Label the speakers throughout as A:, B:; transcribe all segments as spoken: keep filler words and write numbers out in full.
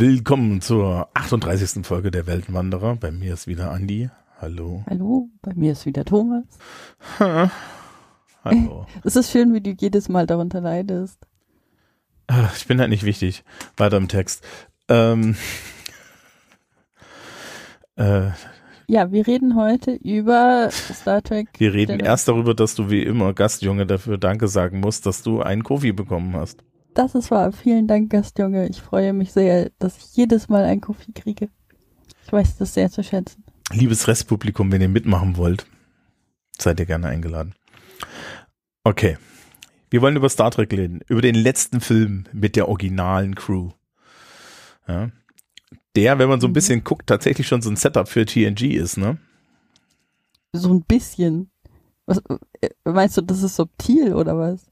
A: Willkommen zur achtunddreißigsten Folge der Weltenwanderer. Bei mir ist wieder Andi. Hallo.
B: Hallo, bei mir ist wieder Thomas.
A: Ha. Hallo.
B: Es ist schön, wie du jedes Mal darunter leidest.
A: Ach, ich bin halt nicht wichtig. Weiter im Text. Ähm, äh,
B: ja, wir reden heute über Star Trek.
A: wir reden
B: Stelle.
A: erst darüber, dass du wie immer Gastjunge dafür Danke sagen musst, dass du einen Kofi bekommen hast.
B: Das ist wahr. Vielen Dank, Gastjunge. Ich freue mich sehr, dass ich jedes Mal einen Kofi kriege. Ich weiß das sehr zu schätzen.
A: Liebes Restpublikum, wenn ihr mitmachen wollt, seid ihr gerne eingeladen. Okay. Wir wollen über Star Trek reden. Über den letzten Film mit der originalen Crew. Ja. Der, wenn man so ein bisschen guckt, tatsächlich schon so ein Setup für T N G ist, ne?
B: So ein bisschen. Was, meinst du, das ist subtil oder was?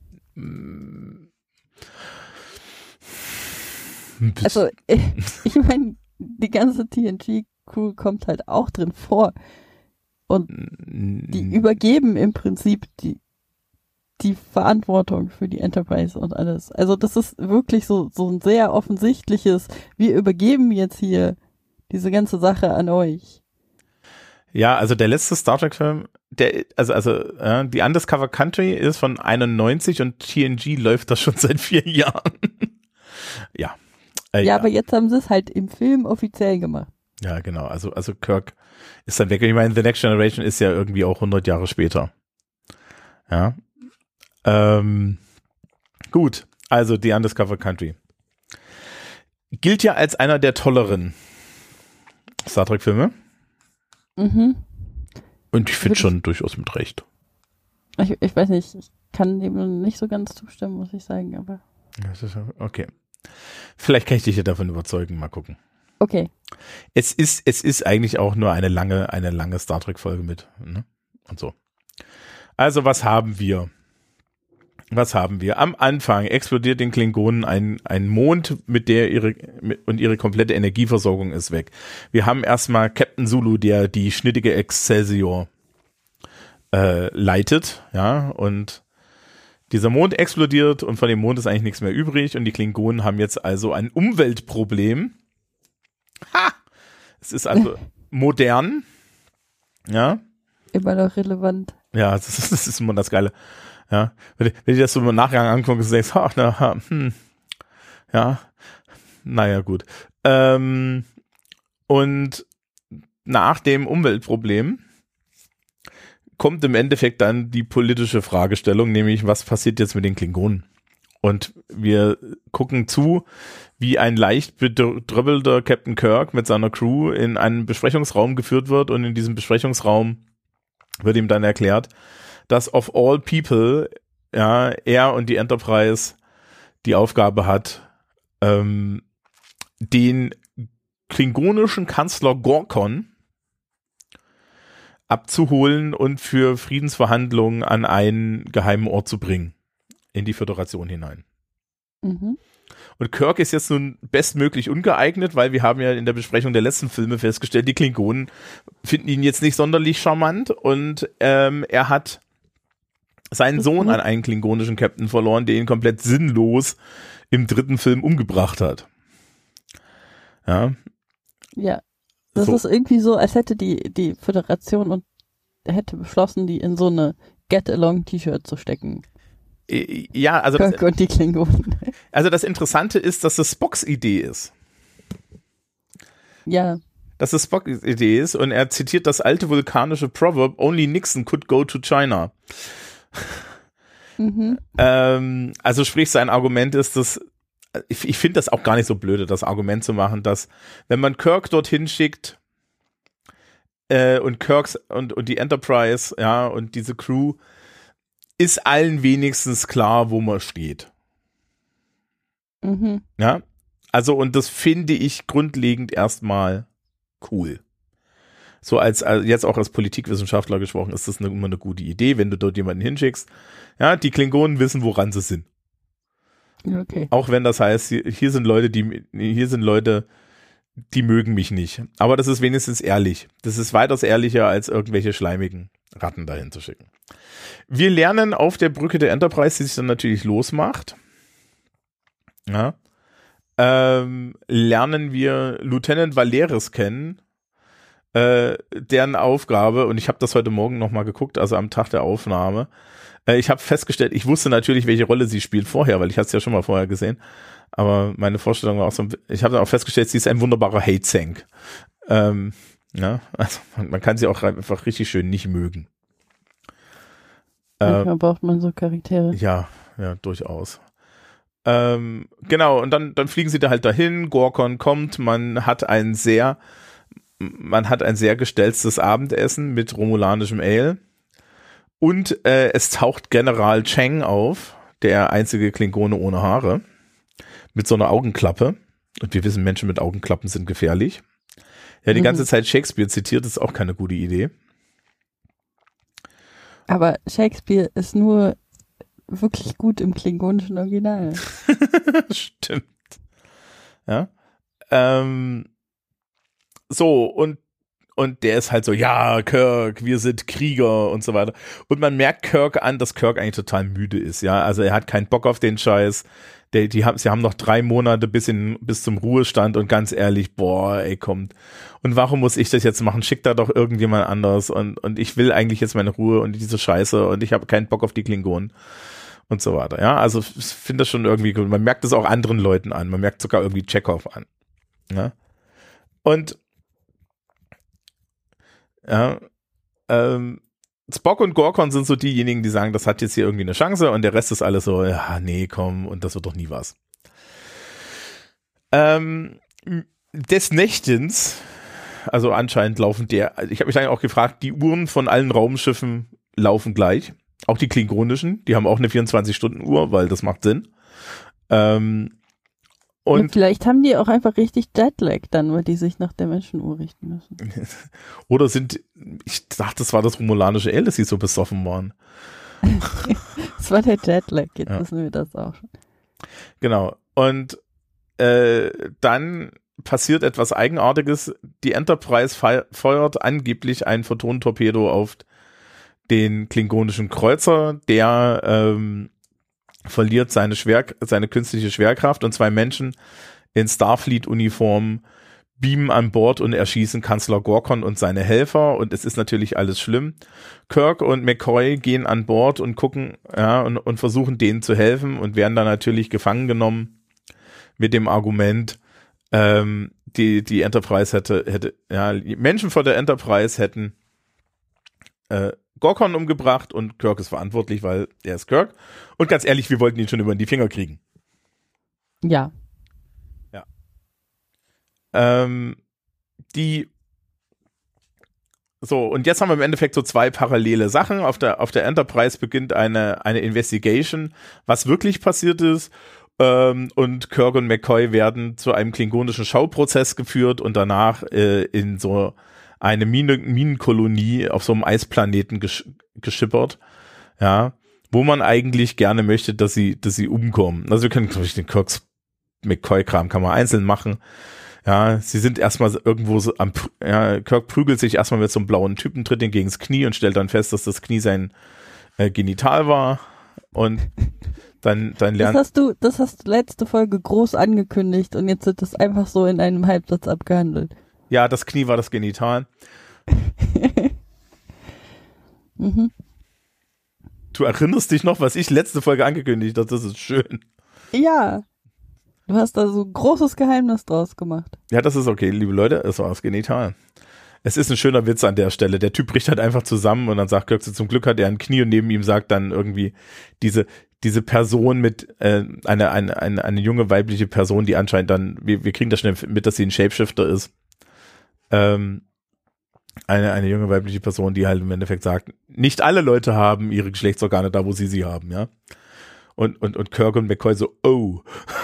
B: Also, ich meine, die ganze T N G-Crew kommt halt auch drin vor. Und die übergeben im Prinzip die, die Verantwortung für die Enterprise und alles. Also das ist wirklich so, so ein sehr offensichtliches, wir übergeben jetzt hier diese ganze Sache an euch.
A: Ja, also der letzte Star Trek-Film, der, also, also, äh, die Undiscovered Country ist von einundneunzig und T N G läuft das schon seit vier Jahren. ja. Äh,
B: ja. Ja, aber jetzt haben sie es halt im Film offiziell gemacht.
A: Ja, genau. Also, also Kirk ist dann weg. Ich meine, The Next Generation ist ja irgendwie auch hundert Jahre später. Ja. Ähm, gut. Also, die Undiscovered Country gilt ja als einer der tolleren Star Trek-Filme. Mhm. Und ich finde schon durchaus mit Recht.
B: Ich, ich weiß nicht, ich kann dem nicht so ganz zustimmen, muss ich sagen, aber.
A: Okay. Vielleicht kann ich dich ja davon überzeugen, mal gucken.
B: Okay.
A: Es ist, es ist eigentlich auch nur eine lange, eine lange Star Trek-Folge mit, ne? Und so. Also, was haben wir? Was haben wir? Am Anfang explodiert den Klingonen ein, ein Mond, mit der ihre, mit, und ihre komplette Energieversorgung ist weg. Wir haben erstmal Captain Zulu, der die schnittige Excelsior äh, leitet, ja, und dieser Mond explodiert und von dem Mond ist eigentlich nichts mehr übrig und die Klingonen haben jetzt also ein Umweltproblem. Ha! Es ist also modern, ja.
B: Immer noch relevant.
A: Ja, das ist, das ist immer das Geile. Ja, wenn, wenn du das so im Nachgang anguckst und denkst, ach, na, hm, ja, naja, gut. Ähm, und nach dem Umweltproblem kommt im Endeffekt dann die politische Fragestellung, nämlich was passiert jetzt mit den Klingonen? Und wir gucken zu, wie ein leicht bedröppelter Captain Kirk mit seiner Crew in einen Besprechungsraum geführt wird und in diesem Besprechungsraum wird ihm dann erklärt, dass of all people, ja, er und die Enterprise die Aufgabe hat, ähm, den klingonischen Kanzler Gorkon abzuholen und für Friedensverhandlungen an einen geheimen Ort zu bringen, in die Föderation hinein. Mhm. Und Kirk ist jetzt nun bestmöglich ungeeignet, weil wir haben ja in der Besprechung der letzten Filme festgestellt, die Klingonen finden ihn jetzt nicht sonderlich charmant und ähm, er hat seinen Sohn an einen klingonischen Captain verloren, der ihn komplett sinnlos im dritten Film umgebracht hat. Ja.
B: Ja. Das so. Ist irgendwie so, als hätte die, die Föderation und hätte beschlossen, die in so eine Get-Along-T-Shirt zu stecken.
A: Ja, also
B: Kirk
A: das,
B: und die Klingonen.
A: Also das Interessante ist, dass das Spocks Idee ist.
B: Ja.
A: Dass das Spocks Idee ist und er zitiert das alte vulkanische Proverb, only Nixon could go to China. Mhm. Ähm, also sprich, sein Argument ist, dass ich, ich finde das auch gar nicht so blöde, das Argument zu machen, dass wenn man Kirk dorthin schickt äh, und Kirks und, und die Enterprise, ja, und diese Crew, ist allen wenigstens klar, wo man steht. Mhm. Ja, also und das finde ich grundlegend erstmal cool. So als, als jetzt auch als Politikwissenschaftler gesprochen, ist das eine, immer eine gute Idee, wenn du dort jemanden hinschickst. Ja, die Klingonen wissen, woran sie sind.
B: Okay.
A: Auch wenn das heißt, hier, hier sind Leute, die hier sind Leute, die mögen mich nicht. Aber das ist wenigstens ehrlich. Das ist weitaus ehrlicher, als irgendwelche schleimigen Ratten dahin zu schicken. Wir lernen auf der Brücke der Enterprise, die sich dann natürlich losmacht. Ja. ähm, lernen wir Lieutenant Valeris kennen, äh, deren Aufgabe, und ich habe das heute Morgen nochmal geguckt, also am Tag der Aufnahme, äh, ich habe festgestellt, ich wusste natürlich, welche Rolle sie spielt vorher, weil ich hatte es ja schon mal vorher gesehen, aber meine Vorstellung war auch so, ich habe dann auch festgestellt, sie ist ein wunderbarer Hate-Sank. Ähm, ja, also man, man kann sie auch einfach richtig schön nicht mögen.
B: Manchmal äh, braucht man so Charaktere.
A: Ja, ja, durchaus. Ähm, genau, und dann, dann fliegen sie da halt dahin, Gorkon kommt, man hat ein sehr, man hat ein sehr gestelztes Abendessen mit romulanischem Ale und äh, es taucht General Cheng auf, der einzige Klingone ohne Haare, mit so einer Augenklappe, und wir wissen, Menschen mit Augenklappen sind gefährlich. Ja, die mhm. ganze Zeit Shakespeare zitiert, ist auch keine gute Idee.
B: Aber Shakespeare ist nur wirklich gut im klingonischen Original.
A: Stimmt. Ja. Ähm, so, und, und der ist halt so, ja, Kirk, wir sind Krieger und so weiter. Und man merkt Kirk an, dass Kirk eigentlich total müde ist, ja. Also er hat keinen Bock auf den Scheiß. Die, die haben, sie haben noch drei Monate bis, in, bis zum Ruhestand und ganz ehrlich, boah, ey, kommt. Und warum muss ich das jetzt machen? Schickt da doch irgendjemand anders und, und ich will eigentlich jetzt meine Ruhe und diese Scheiße und ich habe keinen Bock auf die Klingonen und so weiter. Ja, also ich finde das schon irgendwie gut. Man merkt das auch anderen Leuten an. Man merkt sogar irgendwie Chekhov an. Ja? Und ja, ähm, Spock und Gorkon sind so diejenigen, die sagen, das hat jetzt hier irgendwie eine Chance und der Rest ist alles so, ja, nee, komm, und das wird doch nie was. Ähm, des Nächtens, also anscheinend laufen der, ich habe mich dann auch gefragt, die Uhren von allen Raumschiffen laufen gleich, auch die klingonischen, die haben auch eine vierundzwanzig-Stunden-Uhr, weil das macht Sinn. Ähm, Und,
B: und vielleicht haben die auch einfach richtig Jetlag dann, weil die sich nach der Menschenuhr richten müssen.
A: Oder sind, ich dachte, das war das romulanische Ale, dass sie so besoffen waren.
B: Das war der Jetlag, jetzt
A: ja.
B: wissen wir das auch schon.
A: Genau. Und äh, dann passiert etwas Eigenartiges. Die Enterprise fe- feuert angeblich ein Photon-Torpedo auf den klingonischen Kreuzer, der ähm, verliert seine Schwer, seine künstliche Schwerkraft und zwei Menschen in Starfleet-Uniform beamen an Bord und erschießen Kanzler Gorkon und seine Helfer und es ist natürlich alles schlimm. Kirk und McCoy gehen an Bord und gucken, ja, und, und versuchen denen zu helfen und werden dann natürlich gefangen genommen mit dem Argument, ähm, die, die Enterprise hätte, hätte, ja, Menschen vor der Enterprise hätten äh, Gorkon umgebracht und Kirk ist verantwortlich, weil er ist Kirk. Und ganz ehrlich, wir wollten ihn schon über die Finger kriegen.
B: Ja.
A: Ja. Ähm, die so, und jetzt haben wir im Endeffekt so zwei parallele Sachen. Auf der, auf der Enterprise beginnt eine, eine Investigation, was wirklich passiert ist. Ähm, und Kirk und McCoy werden zu einem klingonischen Schauprozess geführt und danach äh, in so eine Mine, Minenkolonie auf so einem Eisplaneten gesch- geschippert, ja, wo man eigentlich gerne möchte, dass sie, dass sie umkommen. Also wir können, glaube ich, den Kirks McCoy-Kram kann man einzeln machen. Ja, sie sind erstmal irgendwo so am, ja, Kirk prügelt sich erstmal mit so einem blauen Typen, tritt ihn gegen das Knie und stellt dann fest, dass das Knie sein äh, Genital war und dann, dann lernt.
B: Das hast du, das hast du letzte Folge groß angekündigt und jetzt wird das einfach so in einem Halbsatz abgehandelt.
A: Ja, das Knie war das Genital.
B: mhm.
A: Du erinnerst dich noch, was ich letzte Folge angekündigt habe, das ist schön.
B: Ja. Du hast da so ein großes Geheimnis draus gemacht.
A: Ja, das ist okay, liebe Leute, es war das Genital. Es ist ein schöner Witz an der Stelle. Der Typ bricht halt einfach zusammen und dann sagt Kirk, zum Glück hat er ein Knie und neben ihm sagt dann irgendwie diese diese Person mit, äh, eine, eine, eine, eine junge weibliche Person, die anscheinend dann, wir, wir kriegen das schnell mit, dass sie ein Shapeshifter ist. Ähm, eine, eine junge weibliche Person, die halt im Endeffekt sagt, nicht alle Leute haben ihre Geschlechtsorgane da, wo sie sie haben, ja. Und, und, und Kirk und McCoy so, oh.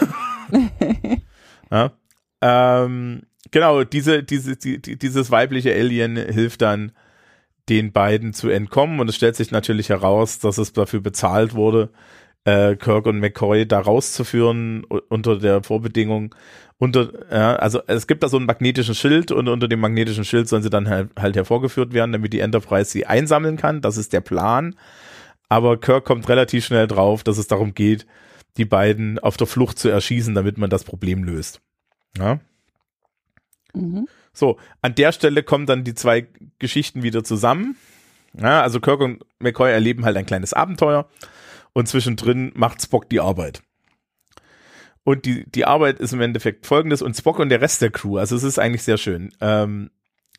A: ja. Ähm, genau, diese, diese, die, dieses weibliche Alien hilft dann den beiden zu entkommen und es stellt sich natürlich heraus, dass es dafür bezahlt wurde, äh, Kirk und McCoy da rauszuführen unter der Vorbedingung, unter, ja, also es gibt da so einen magnetischen Schild und unter dem magnetischen Schild sollen sie dann halt, halt hervorgeführt werden, damit die Enterprise sie einsammeln kann, das ist der Plan, aber Kirk kommt relativ schnell drauf, dass es darum geht, die beiden auf der Flucht zu erschießen, damit man das Problem löst. Ja.
B: Mhm.
A: So, an der Stelle kommen dann die zwei Geschichten wieder zusammen. Ja, also Kirk und McCoy erleben halt ein kleines Abenteuer und zwischendrin macht Spock die Arbeit. Und die, die Arbeit ist im Endeffekt folgendes und Spock und der Rest der Crew, also es ist eigentlich sehr schön. Ähm,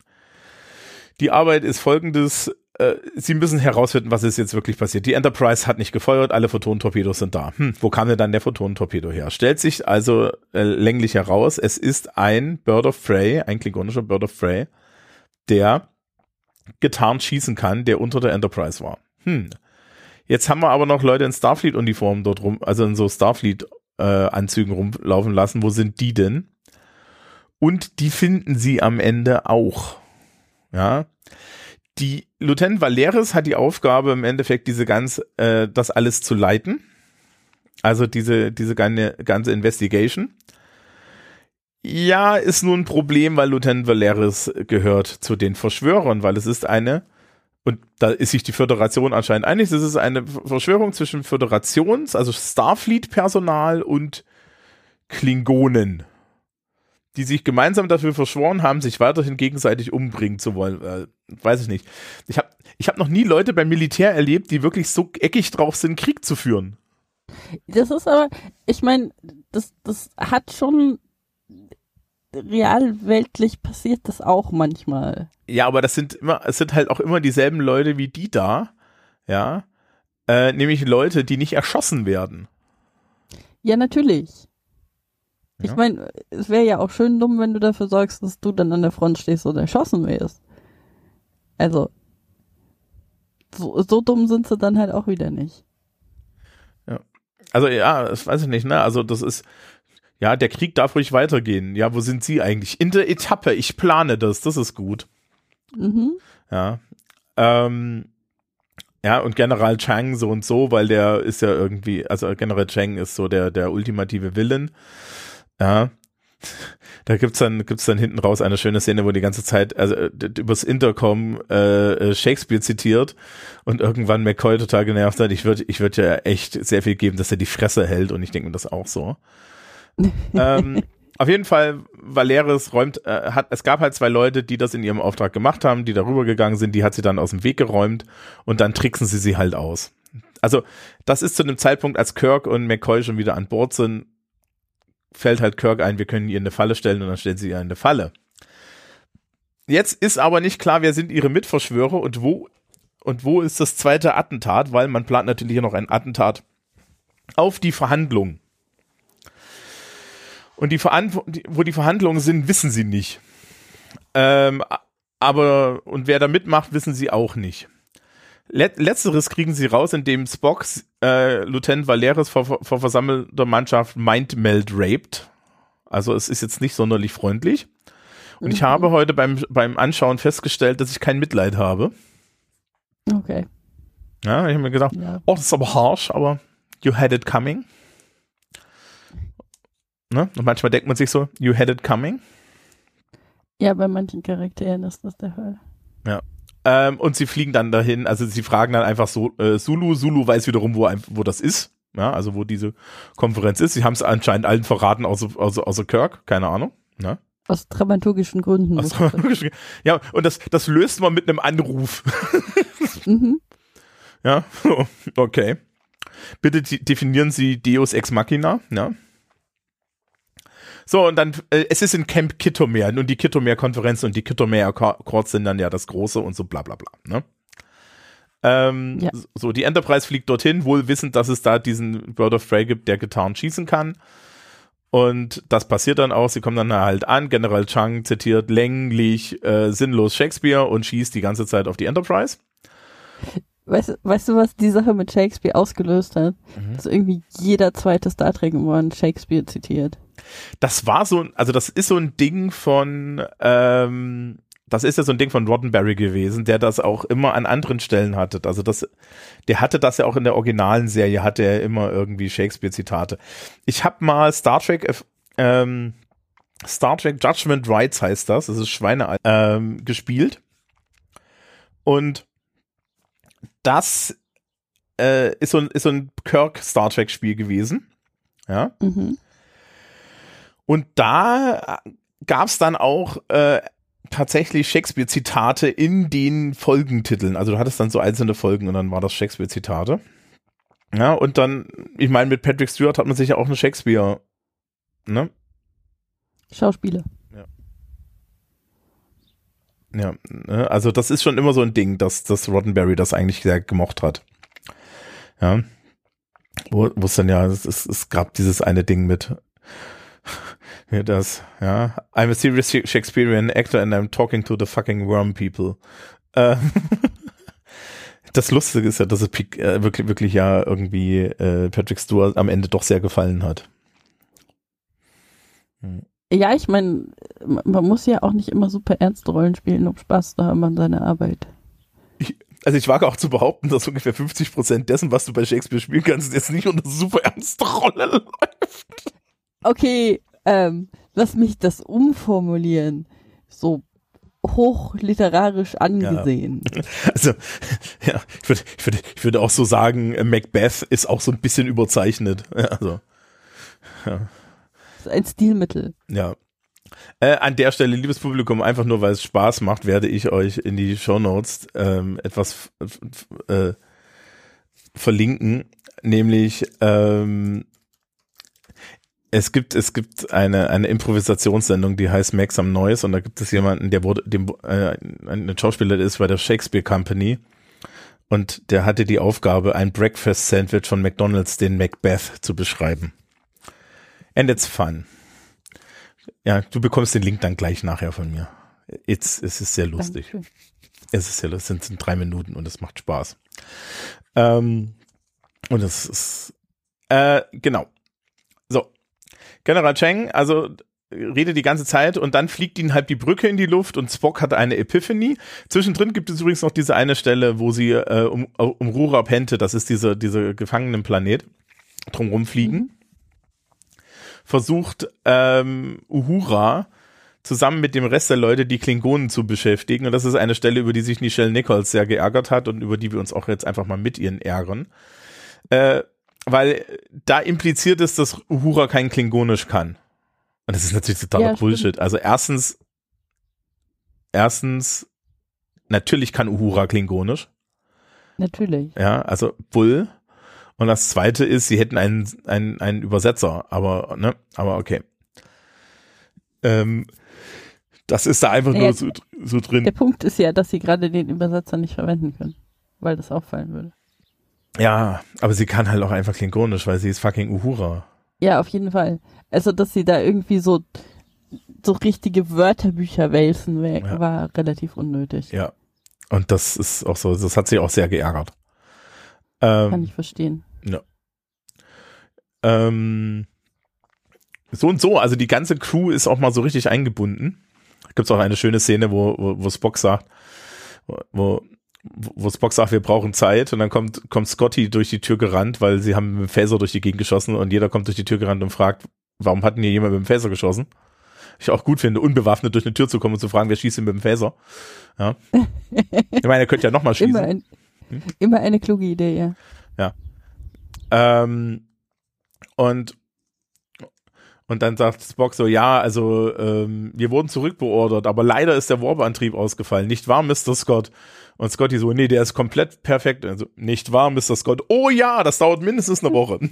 A: die Arbeit ist folgendes, äh, sie müssen herausfinden, was ist jetzt wirklich passiert. Die Enterprise hat nicht gefeuert, alle Photonentorpedos sind da. Hm, wo kam denn dann der Photonentorpedo her? Stellt sich also äh, länglich heraus, es ist ein Bird of Prey, ein klingonischer Bird of Prey, der getarnt schießen kann, der unter der Enterprise war. Hm. Jetzt haben wir aber noch Leute in Starfleet-Uniformen dort rum, also in so Starfleet-Anzügen äh, rumlaufen lassen. Wo sind die denn? Und die finden sie am Ende auch. Ja. Die Lieutenant Valeris hat die Aufgabe, im Endeffekt diese ganz, äh, das alles zu leiten. Also diese, diese ganze, ganze Investigation. Ja, ist nur ein Problem, weil Lieutenant Valeris gehört zu den Verschwörern, weil es ist eine, und da ist sich die Föderation anscheinend einig, das ist eine Verschwörung zwischen Föderations-, also Starfleet-Personal und Klingonen, die sich gemeinsam dafür verschworen haben, sich weiterhin gegenseitig umbringen zu wollen. Äh, weiß ich nicht. Ich habe ich hab noch nie Leute beim Militär erlebt, die wirklich so eckig drauf sind, Krieg zu führen.
B: Das ist aber, ich meine, das, das hat schon realweltlich passiert das auch manchmal.
A: Ja, aber das sind immer, es sind halt auch immer dieselben Leute wie die da, ja, äh, nämlich Leute, die nicht erschossen werden.
B: Ja, natürlich.
A: Ja.
B: Ich meine, es wäre ja auch schön dumm, wenn du dafür sorgst, dass du dann an der Front stehst und erschossen wirst. Also, so, so dumm sind sie dann halt auch wieder nicht.
A: Ja. Also ja, das weiß ich nicht, ne, also das ist, ja, der Krieg darf ruhig weitergehen. Ja, wo sind Sie eigentlich? In der Etappe, ich plane das, das ist gut.
B: Mhm.
A: Ja, ähm, ja, und General Chang so und so, weil der ist ja irgendwie, also General Chang ist so der, der ultimative Villain. Ja, da gibt's dann, gibt's dann hinten raus eine schöne Szene, wo die ganze Zeit, also übers Intercom äh, Shakespeare zitiert und irgendwann McCoy total genervt hat. Ich würde, ich würde ja echt sehr viel geben, dass er die Fresse hält und ich denke mir das auch so. ähm, auf jeden Fall, Valeris räumt, äh, hat, es gab halt zwei Leute, die das in ihrem Auftrag gemacht haben, die darüber gegangen sind, die hat sie dann aus dem Weg geräumt und dann tricksen sie sie halt aus. Also, das ist zu dem Zeitpunkt, als Kirk und McCoy schon wieder an Bord sind, fällt halt Kirk ein, wir können ihr eine Falle stellen und dann stellen sie ihr eine Falle. Jetzt ist aber nicht klar, wer sind ihre Mitverschwörer und wo, und wo ist das zweite Attentat, weil man plant natürlich hier noch ein Attentat auf die Verhandlungen. Und die Verantw- wo die Verhandlungen sind, wissen sie nicht. Ähm, aber, und wer da mitmacht, wissen sie auch nicht. Let- Letzteres kriegen sie raus, indem Spock äh, Lieutenant Valeris vor, vor versammelter Mannschaft Mindmeld raped. Also es ist jetzt nicht sonderlich freundlich. Und mhm. ich habe heute beim, beim Anschauen festgestellt, dass ich kein Mitleid habe.
B: Okay.
A: Ja, ich habe mir gedacht, ja. Oh, das ist aber harsh, aber you had it coming. Ne? Und manchmal denkt man sich so, you had it coming.
B: Ja, bei manchen Charakteren ist das der Fall.
A: Ja. Ähm, und sie fliegen dann dahin, also sie fragen dann einfach so, äh, Sulu, Sulu weiß wiederum, wo, wo das ist, ja, also wo diese Konferenz ist. Sie haben es anscheinend allen verraten, außer, außer, außer Kirk, keine Ahnung. Ne?
B: Aus dramaturgischen Gründen.
A: Aus dramaturgischen, ja, und das, das löst man mit einem Anruf.
B: mhm.
A: Ja, okay. Bitte definieren Sie Deus Ex Machina, ja. So, und dann, äh, es ist in Camp Kittomer und die Kittomer-Konferenz und die Kittomer Accords sind dann ja das Große und so bla bla bla, ne? Ähm, ja. So, die Enterprise fliegt dorthin, wohl wissend, dass es da diesen Bird of Prey gibt, der getarnt schießen kann. Und das passiert dann auch, sie kommen dann halt an, General Chang zitiert länglich, äh, sinnlos Shakespeare und schießt die ganze Zeit auf die Enterprise.
B: Weißt, weißt du, was die Sache mit Shakespeare ausgelöst hat? Mhm. Dass irgendwie jeder zweite Star Trek immer Shakespeare zitiert.
A: Das war so, also das ist so ein Ding von, ähm, das ist ja so ein Ding von Roddenberry gewesen, der das auch immer an anderen Stellen hatte. Also das, der hatte das ja auch in der originalen Serie, hatte er immer irgendwie Shakespeare-Zitate. Ich habe mal Star Trek, ähm, Star Trek Judgment Rights heißt das, das ist Schweinealt, ähm, gespielt. Und das äh, ist so ein, ist so ein Kirk-Star Trek-Spiel gewesen. Ja.
B: Mhm.
A: Und da gab es dann auch äh, tatsächlich Shakespeare-Zitate in den Folgentiteln. Also du hattest dann so einzelne Folgen und dann war das Shakespeare-Zitate. Ja, und dann, ich meine, mit Patrick Stewart hat man sich ja auch eine Shakespeare, ne?
B: Schauspieler.
A: Ja, ne? Also das ist schon immer so ein Ding, dass, dass Roddenberry das eigentlich sehr gemocht hat. Ja. Wo wo es dann ja, es, es, es gab dieses eine Ding mit ja, das, ja, I'm a serious Shakespearean actor and I'm talking to the fucking worm people. Äh, das Lustige ist ja, dass es äh, wirklich, wirklich ja irgendwie äh, Patrick Stewart am Ende doch sehr gefallen hat.
B: Hm. Ja, ich meine, man muss ja auch nicht immer super ernste Rollen spielen, um Spaß zu haben an seiner Arbeit.
A: Ich, also ich wage auch zu behaupten, dass ungefähr fünfzig Prozent dessen, was du bei Shakespeare spielen kannst, jetzt nicht unter super ernste Rolle läuft.
B: Okay, ähm, lass mich das umformulieren. So hochliterarisch angesehen.
A: Ja. Also, ja, ich würde, ich würde, ich würde auch so sagen, Macbeth ist auch so ein bisschen überzeichnet. Ja, also, ja.
B: Das ist ein Stilmittel.
A: Ja. Äh, an der Stelle, liebes Publikum, einfach nur, weil es Spaß macht, werde ich euch in die Shownotes ähm, etwas äh, verlinken, nämlich ähm, es gibt es gibt eine eine Improvisationssendung, die heißt Make Some Noise, und da gibt es jemanden, der wurde dem äh, ein Schauspieler, der ist bei der Shakespeare Company, und der hatte die Aufgabe, ein Breakfast Sandwich von McDonald's, den Macbeth, zu beschreiben. And it's fun. Ja, du bekommst den Link dann gleich nachher von mir. It's, es ist sehr lustig.
B: Dankeschön.
A: Es ist sehr lustig. Es sind drei Minuten und es macht Spaß. Ähm, und es ist, äh, genau. So. General Chang, also, redet die ganze Zeit und dann fliegt ihnen halt die Brücke in die Luft und Spock hat eine Epiphany. Zwischendrin gibt es übrigens noch diese eine Stelle, wo sie äh, um, um Rura Pente, das ist diese, diese Gefangenenplanet, drumrum fliegen. Mhm. Versucht ähm, Uhura zusammen mit dem Rest der Leute die Klingonen zu beschäftigen. Und das ist eine Stelle, über die sich Nichelle Nichols sehr geärgert hat und über die wir uns auch jetzt einfach mal mit ihren ärgern. Äh, weil da impliziert ist, dass Uhura kein Klingonisch kann. Und das ist natürlich totaler ja, Bullshit. Also erstens, erstens, natürlich kann Uhura Klingonisch.
B: Natürlich.
A: Ja, also Bull. Und das Zweite ist, sie hätten einen, einen, einen Übersetzer, aber, ne, aber okay. Ähm, das ist da einfach ja, nur so, so drin.
B: Der Punkt ist ja, dass sie gerade den Übersetzer nicht verwenden können, weil das auffallen würde.
A: Ja, aber sie kann halt auch einfach Klingonisch, weil sie ist fucking Uhura.
B: Ja, auf jeden Fall. Also, dass sie da irgendwie so, so richtige Wörterbücher wälzen, war, ja. war relativ unnötig.
A: Ja. Und das ist auch so, das hat sie auch sehr geärgert. Ähm,
B: kann ich verstehen.
A: Ja. Ähm, so und so, also die ganze Crew ist auch mal so richtig eingebunden. Gibt es auch eine schöne Szene, wo, wo, wo Spock sagt, wo, wo Spock sagt, wir brauchen Zeit, und dann kommt, kommt Scotty durch die Tür gerannt, weil sie haben mit dem Phaser durch die Gegend geschossen, und jeder kommt durch die Tür gerannt und fragt, warum hat denn hier jemand mit dem Phaser geschossen? Ich auch gut finde, unbewaffnet durch eine Tür zu kommen und zu fragen, wer schießt denn mit dem Phaser? Ja. Ich meine, er könnte ja nochmal schießen.
B: Immer, ein, hm? immer eine kluge Idee, ja.
A: Ja. Ähm, und und dann sagt Spock so, ja, also ähm, wir wurden zurückbeordert, aber leider ist der Warp-Antrieb ausgefallen. Nicht wahr, Mister Scott? Und Scotty so, nee, der ist komplett perfekt. Also, nicht wahr, Mister Scott? Oh ja, das dauert mindestens eine Woche.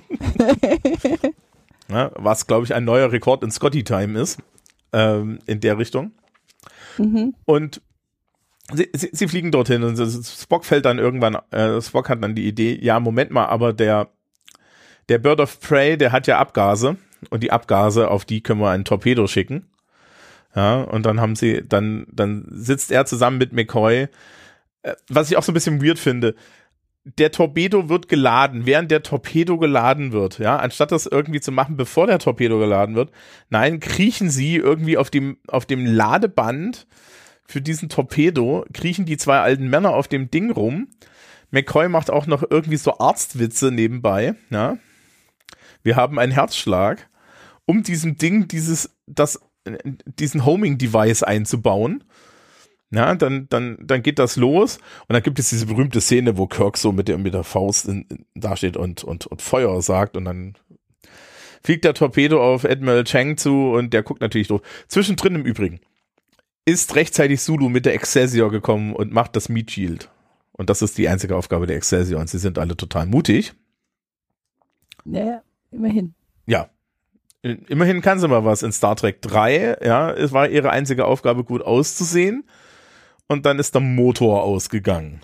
A: Ja, was, glaube ich, ein neuer Rekord in Scotty-Time ist, ähm, in der Richtung.
B: Mhm.
A: Und Sie, sie, sie fliegen dorthin und Spock fällt dann irgendwann, äh, Spock hat dann die Idee, ja, Moment mal, aber der, der Bird of Prey, der hat ja Abgase, und die Abgase, auf die können wir einen Torpedo schicken. Ja, und dann haben sie, dann, dann sitzt er zusammen mit McCoy, äh, was ich auch so ein bisschen weird finde. Der Torpedo wird geladen, während der Torpedo geladen wird, ja, anstatt das irgendwie zu machen, bevor der Torpedo geladen wird. Nein, kriechen sie irgendwie auf dem, auf dem Ladeband für diesen Torpedo, kriechen die zwei alten Männer auf dem Ding rum. McCoy macht auch noch irgendwie so Arztwitze nebenbei, ja. Wir haben einen Herzschlag, um diesem Ding dieses, das, diesen Homing-Device einzubauen. Ja, dann, dann, dann geht das los, und dann gibt es diese berühmte Szene, wo Kirk so mit der, mit der Faust in, in, da steht und, und, und Feuer sagt, und dann fliegt der Torpedo auf Admiral Chang zu und der guckt natürlich doof. Zwischendrin im Übrigen ist rechtzeitig Sulu mit der Excelsior gekommen und macht das Meat Shield. Und das ist die einzige Aufgabe der Excelsior und sie sind alle total mutig.
B: Naja, immerhin.
A: Ja. Immerhin kann sie mal was in Star Trek drei. Ja, es war ihre einzige Aufgabe, gut auszusehen. Und dann ist der Motor ausgegangen.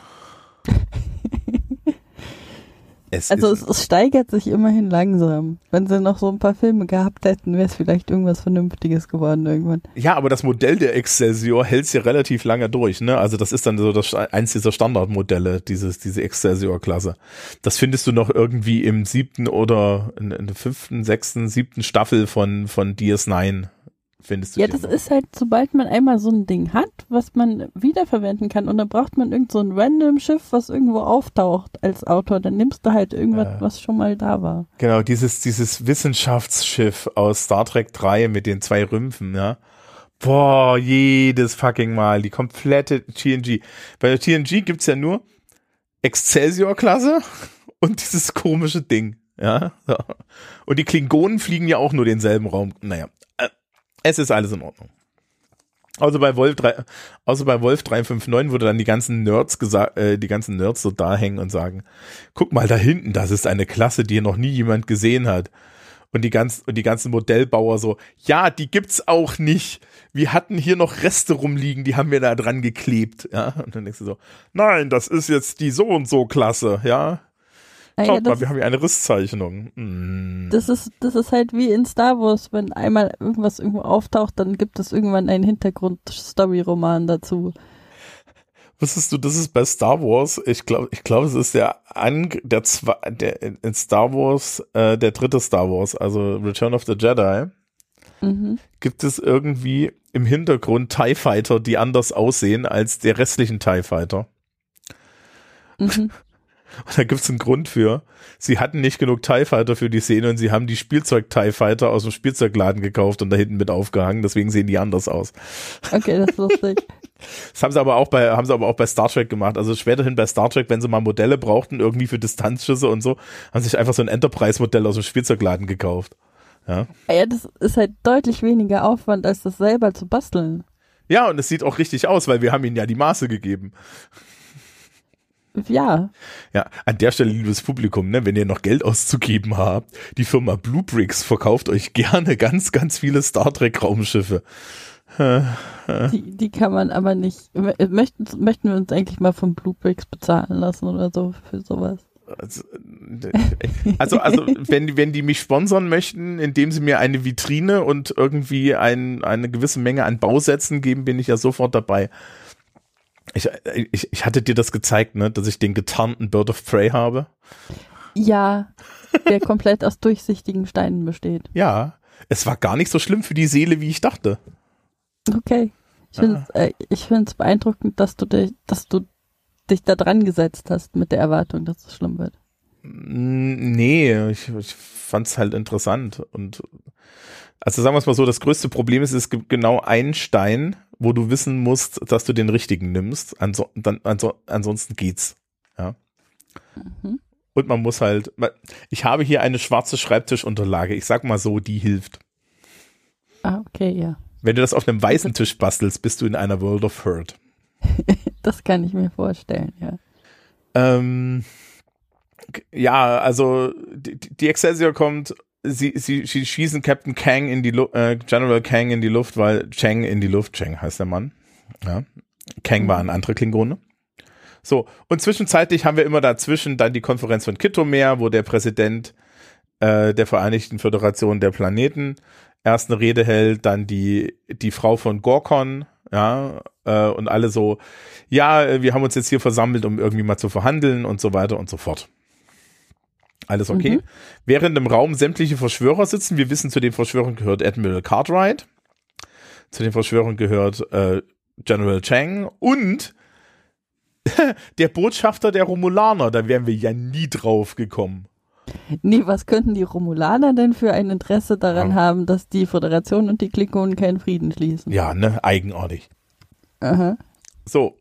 A: Es
B: also es, es steigert sich immerhin langsam. Wenn sie noch so ein paar Filme gehabt hätten, wäre es vielleicht irgendwas Vernünftiges geworden irgendwann.
A: Ja, aber das Modell der Excelsior hält es ja relativ lange durch, ne? Also das ist dann so das eins dieser Standardmodelle, dieses, diese Excelsior-Klasse. Das findest du noch irgendwie im siebten oder in, in der fünften, sechsten, siebten Staffel von, von D S neun. Findest du
B: ja, das
A: noch.
B: ist halt, sobald man einmal so ein Ding hat, was man wiederverwenden kann und dann braucht man irgend so ein random Schiff, was irgendwo auftaucht als Autor, dann nimmst du halt irgendwas, äh, was schon mal da war.
A: Genau, dieses, dieses Wissenschaftsschiff aus Star Trek drei mit den zwei Rümpfen, ja. Boah, jedes fucking Mal, die komplette T N G. Bei der T N G gibt's ja nur Excelsior-Klasse und dieses komische Ding, ja. So. Und die Klingonen fliegen ja auch nur denselben Raum, naja. Es ist alles in Ordnung. Also bei Wolf drei, außer bei Wolf drei fünf neun wurde dann die ganzen Nerds gesagt, äh, die ganzen Nerds so da hängen und sagen, guck mal da hinten, das ist eine Klasse, die noch nie jemand gesehen hat. Und die ganz, und die ganzen Modellbauer so, ja, die gibt's auch nicht. Wir hatten hier noch Reste rumliegen, die haben wir da dran geklebt, ja. Und dann denkst du so, nein, das ist jetzt die so und so Klasse, ja.
B: Ah,
A: Schaut
B: ja,
A: mal, wir haben hier eine Risszeichnung. Mm.
B: Das ist, das ist halt wie in Star Wars, wenn einmal irgendwas irgendwo auftaucht, dann gibt es irgendwann einen Hintergrund-Story-Roman dazu.
A: Wusstest du, das ist bei Star Wars, ich glaube, ich glaube, es ist der, An der, zwei, der in Star Wars, äh, der dritte Star Wars, also Return of the Jedi, mhm. gibt es irgendwie im Hintergrund TIE Fighter, die anders aussehen als der restlichen TIE Fighter. Mhm. Und da gibt es einen Grund für. Sie hatten nicht genug TIE Fighter für die Szene und sie haben die Spielzeug-TIE Fighter aus dem Spielzeugladen gekauft und da hinten mit aufgehangen, deswegen sehen die anders aus.
B: Okay, das ist lustig.
A: Das haben sie aber auch bei, haben sie aber auch bei Star Trek gemacht. Also späterhin bei Star Trek, wenn sie mal Modelle brauchten, irgendwie für Distanzschüsse und so, haben sie sich einfach so ein Enterprise-Modell aus dem Spielzeugladen gekauft. Ja.
B: Ja, das ist halt deutlich weniger Aufwand, als das selber zu basteln.
A: Ja, und es sieht auch richtig aus, weil wir haben ihnen ja die Maße gegeben.
B: Ja.
A: Ja, an der Stelle, liebes Publikum, ne, wenn ihr noch Geld auszugeben habt, die Firma Bluebricks verkauft euch gerne ganz, ganz viele Star Trek Raumschiffe.
B: Die, die kann man aber nicht, möchten, möchten wir uns eigentlich mal von Bluebricks bezahlen lassen oder so für sowas?
A: Also, also, also wenn, wenn die mich sponsern möchten, indem sie mir eine Vitrine und irgendwie ein, eine gewisse Menge an Bausätzen geben, bin ich ja sofort dabei. Ich, ich, ich hatte dir das gezeigt, ne, dass ich den getarnten Bird of Prey habe.
B: Ja, der komplett aus durchsichtigen Steinen besteht.
A: Ja, es war gar nicht so schlimm für die Seele, wie ich dachte.
B: Okay. Ich finde es äh, ich find's beeindruckend, dass du, dich, dass du dich da dran gesetzt hast mit der Erwartung, dass es schlimm wird.
A: Nee, ich, ich fand es halt interessant. Und also sagen wir es mal so, das größte Problem ist, es gibt genau einen Stein, wo du wissen musst, dass du den richtigen nimmst. Anso dann, anso ansonsten geht's. Ja. Mhm. Und man muss halt, ich habe hier eine schwarze Schreibtischunterlage. Ich sag mal so, die hilft.
B: Ah, okay, ja.
A: Wenn du das auf einem weißen Tisch bastelst, bist du in einer World of Hurt.
B: Das kann ich mir vorstellen, ja.
A: Ähm, ja, also die, die Excelsior kommt, sie, sie, sie schießen Captain Kang in die Lu äh, General Kang in die Luft, weil Chang in die Luft, Chang heißt der Mann. Ja. Kang mhm. war ein anderer Klingone. So, und zwischenzeitlich haben wir immer dazwischen dann die Konferenz von Kittomer, wo der Präsident äh, der Vereinigten Föderation der Planeten erst eine Rede hält, dann die, die Frau von Gorkon, ja, äh, und alle so, ja, wir haben uns jetzt hier versammelt, um irgendwie mal zu verhandeln und so weiter und so fort. Alles okay. Mhm. Während im Raum sämtliche Verschwörer sitzen, wir wissen, zu den Verschwörern gehört Admiral Cartwright, zu den Verschwörern gehört äh, General Chang und der Botschafter der Romulaner, da wären wir ja nie drauf gekommen.
B: Nee, was könnten die Romulaner denn für ein Interesse daran ja. haben, dass die Föderation und die Klingonen keinen Frieden schließen?
A: Ja, ne, eigenartig.
B: Aha.
A: So.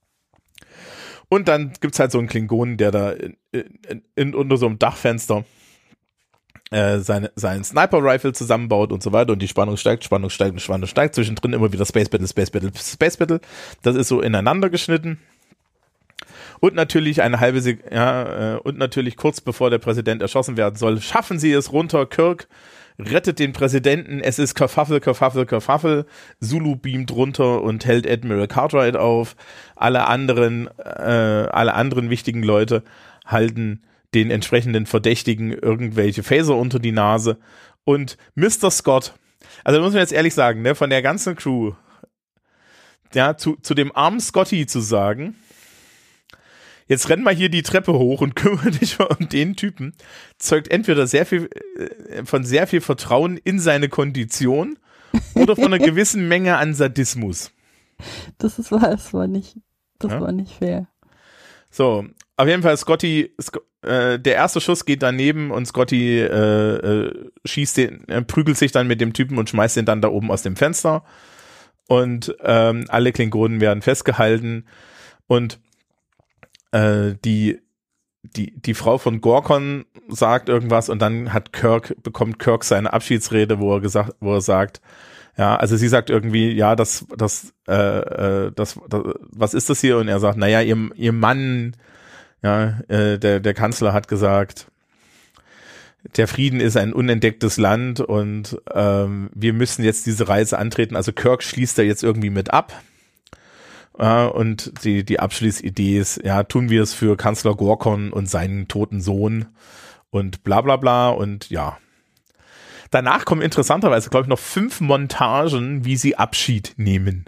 A: Und dann gibt's halt so einen Klingonen, der da in, in, in, unter so einem Dachfenster äh, seine, seinen Sniper-Rifle zusammenbaut und so weiter und die Spannung steigt, Spannung steigt und Spannung steigt. Zwischendrin immer wieder Space Battle, Space Battle, Space Battle. Das ist so ineinander geschnitten. Und natürlich eine halbe Sek ja, äh, und natürlich kurz bevor der Präsident erschossen werden soll, schaffen sie es runter. Kirk rettet den Präsidenten. Es ist Kerfuffle, Kerfuffle, Kerfuffle. Zulu beamt runter und hält Admiral Cartwright auf. Alle anderen, äh, alle anderen wichtigen Leute halten den entsprechenden Verdächtigen irgendwelche Phaser unter die Nase. Und Mister Scott, also muss man jetzt ehrlich sagen, ne, von der ganzen Crew, ja, zu, zu dem armen Scotty zu sagen, jetzt renn mal hier die Treppe hoch und kümmere dich mal um den Typen, zeugt entweder sehr viel äh, von sehr viel Vertrauen in seine Kondition oder von einer gewissen Menge an Sadismus.
B: Das ist wahr, das war nicht, das
A: Ja?
B: war nicht fair.
A: So, auf jeden Fall Scotty, Sc äh, der erste Schuss geht daneben und Scotty äh, äh, schießt den, äh, prügelt sich dann mit dem Typen und schmeißt den dann da oben aus dem Fenster und ähm, alle Klingonen werden festgehalten und äh, die die die Frau von Gorkon sagt irgendwas und dann hat Kirk bekommt Kirk seine Abschiedsrede, wo er gesagt, wo er sagt, ja, also sie sagt irgendwie, ja, das das äh, äh, das, das was ist das hier? Und er sagt, naja, ihr ihr Mann, ja, äh, der der Kanzler hat gesagt, der Frieden ist ein unentdecktes Land und ähm, wir müssen jetzt diese Reise antreten. Also Kirk schließt da jetzt irgendwie mit ab. Ja, und die, die Abschlussidee ist, ja, tun wir es für Kanzler Gorkon und seinen toten Sohn und bla bla bla und ja. Danach kommen interessanterweise, glaube ich, noch fünf Montagen, wie sie Abschied nehmen.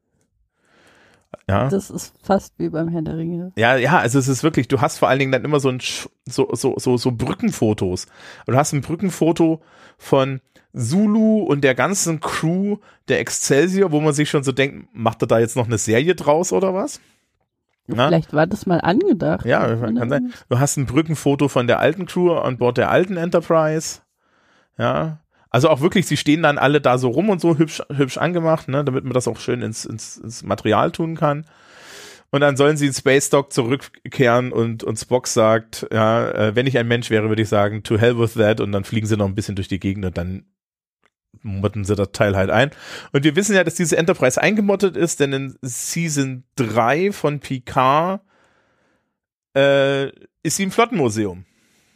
A: Ja.
B: Das ist fast wie beim Herrn der Ringe.
A: Ja, ja, also es ist wirklich, du hast vor allen Dingen dann immer so ein so so so so Brückenfotos. Du hast ein Brückenfoto von Zulu und der ganzen Crew der Excelsior, wo man sich schon so denkt, macht er da jetzt noch eine Serie draus oder was? Na?
B: Vielleicht war das mal angedacht.
A: Ja, kann sein. Du hast ein Brückenfoto von der alten Crew an Bord der alten Enterprise. Ja, also auch wirklich, sie stehen dann alle da so rum und so hübsch, hübsch angemacht, ne, damit man das auch schön ins, ins, ins Material tun kann. Und dann sollen sie in Space Dock zurückkehren und, und Spock sagt, ja, äh, wenn ich ein Mensch wäre, würde ich sagen, to hell with that, und dann fliegen sie noch ein bisschen durch die Gegend und dann motten sie das Teil halt ein. Und wir wissen ja, dass diese Enterprise eingemottet ist, denn in Season drei von Picard äh, ist sie im Flottenmuseum.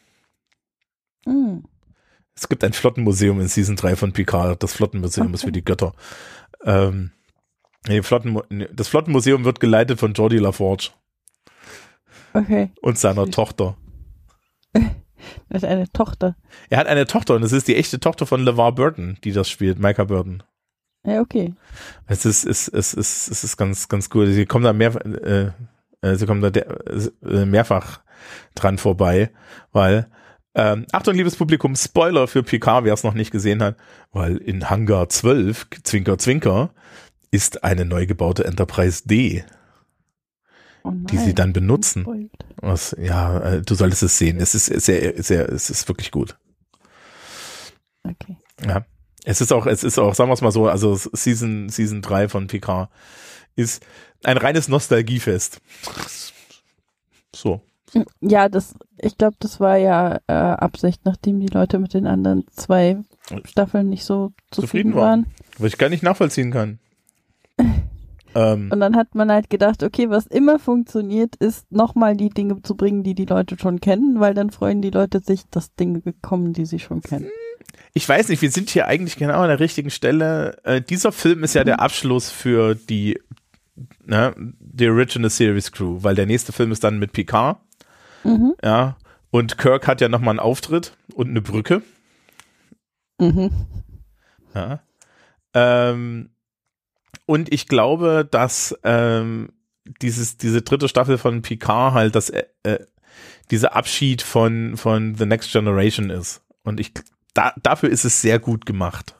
B: Mhm.
A: Es gibt ein Flottenmuseum in Season drei von Picard. Das Flottenmuseum okay. ist für die Götter. Ähm, nee, Flotten, das Flottenmuseum wird geleitet von Geordi LaForge.
B: Okay.
A: Und seiner Süß. Tochter.
B: Er hat eine Tochter.
A: Er hat eine Tochter und es ist die echte Tochter von LeVar Burton, die das spielt, Micah Burton.
B: Ja, okay.
A: Es ist, es ist, es ist, es ist ganz, ganz cool. Sie kommen da mehr, äh, äh, sie kommen da der, äh, mehrfach dran vorbei, weil Ähm, Achtung, liebes Publikum, Spoiler für Picard, wer es noch nicht gesehen hat, weil in Hangar zwölf, Zwinker, Zwinker, ist eine neu gebaute Enterprise D,
B: oh nein,
A: die sie dann benutzen. Was, ja, äh, du solltest es sehen. Es ist sehr, sehr, es ist wirklich gut.
B: Okay.
A: Ja, es ist auch, es ist auch, sagen wir es mal so, also Season, Season drei von Picard ist ein reines Nostalgiefest. So.
B: Ja, das, ich glaube, das war ja äh, Absicht, nachdem die Leute mit den anderen zwei Staffeln nicht so zufrieden, zufrieden waren.
A: Was ich gar nicht nachvollziehen kann. ähm,
B: Und dann hat man halt gedacht, okay, was immer funktioniert, ist nochmal die Dinge zu bringen, die die Leute schon kennen, weil dann freuen die Leute sich, dass Dinge kommen, die sie schon kennen.
A: Ich weiß nicht, wir sind hier eigentlich genau an der richtigen Stelle. Äh, dieser Film ist ja mhm. der Abschluss für die, ne, die Original Series Crew, weil der nächste Film ist dann mit Picard. Mhm. Ja, und Kirk hat ja nochmal einen Auftritt und eine Brücke.
B: Mhm.
A: Ja. Ähm, und ich glaube, dass ähm, dieses, diese dritte Staffel von Picard halt das, äh, äh, dieser Abschied von, von The Next Generation ist. Und ich, da, dafür ist es sehr gut gemacht.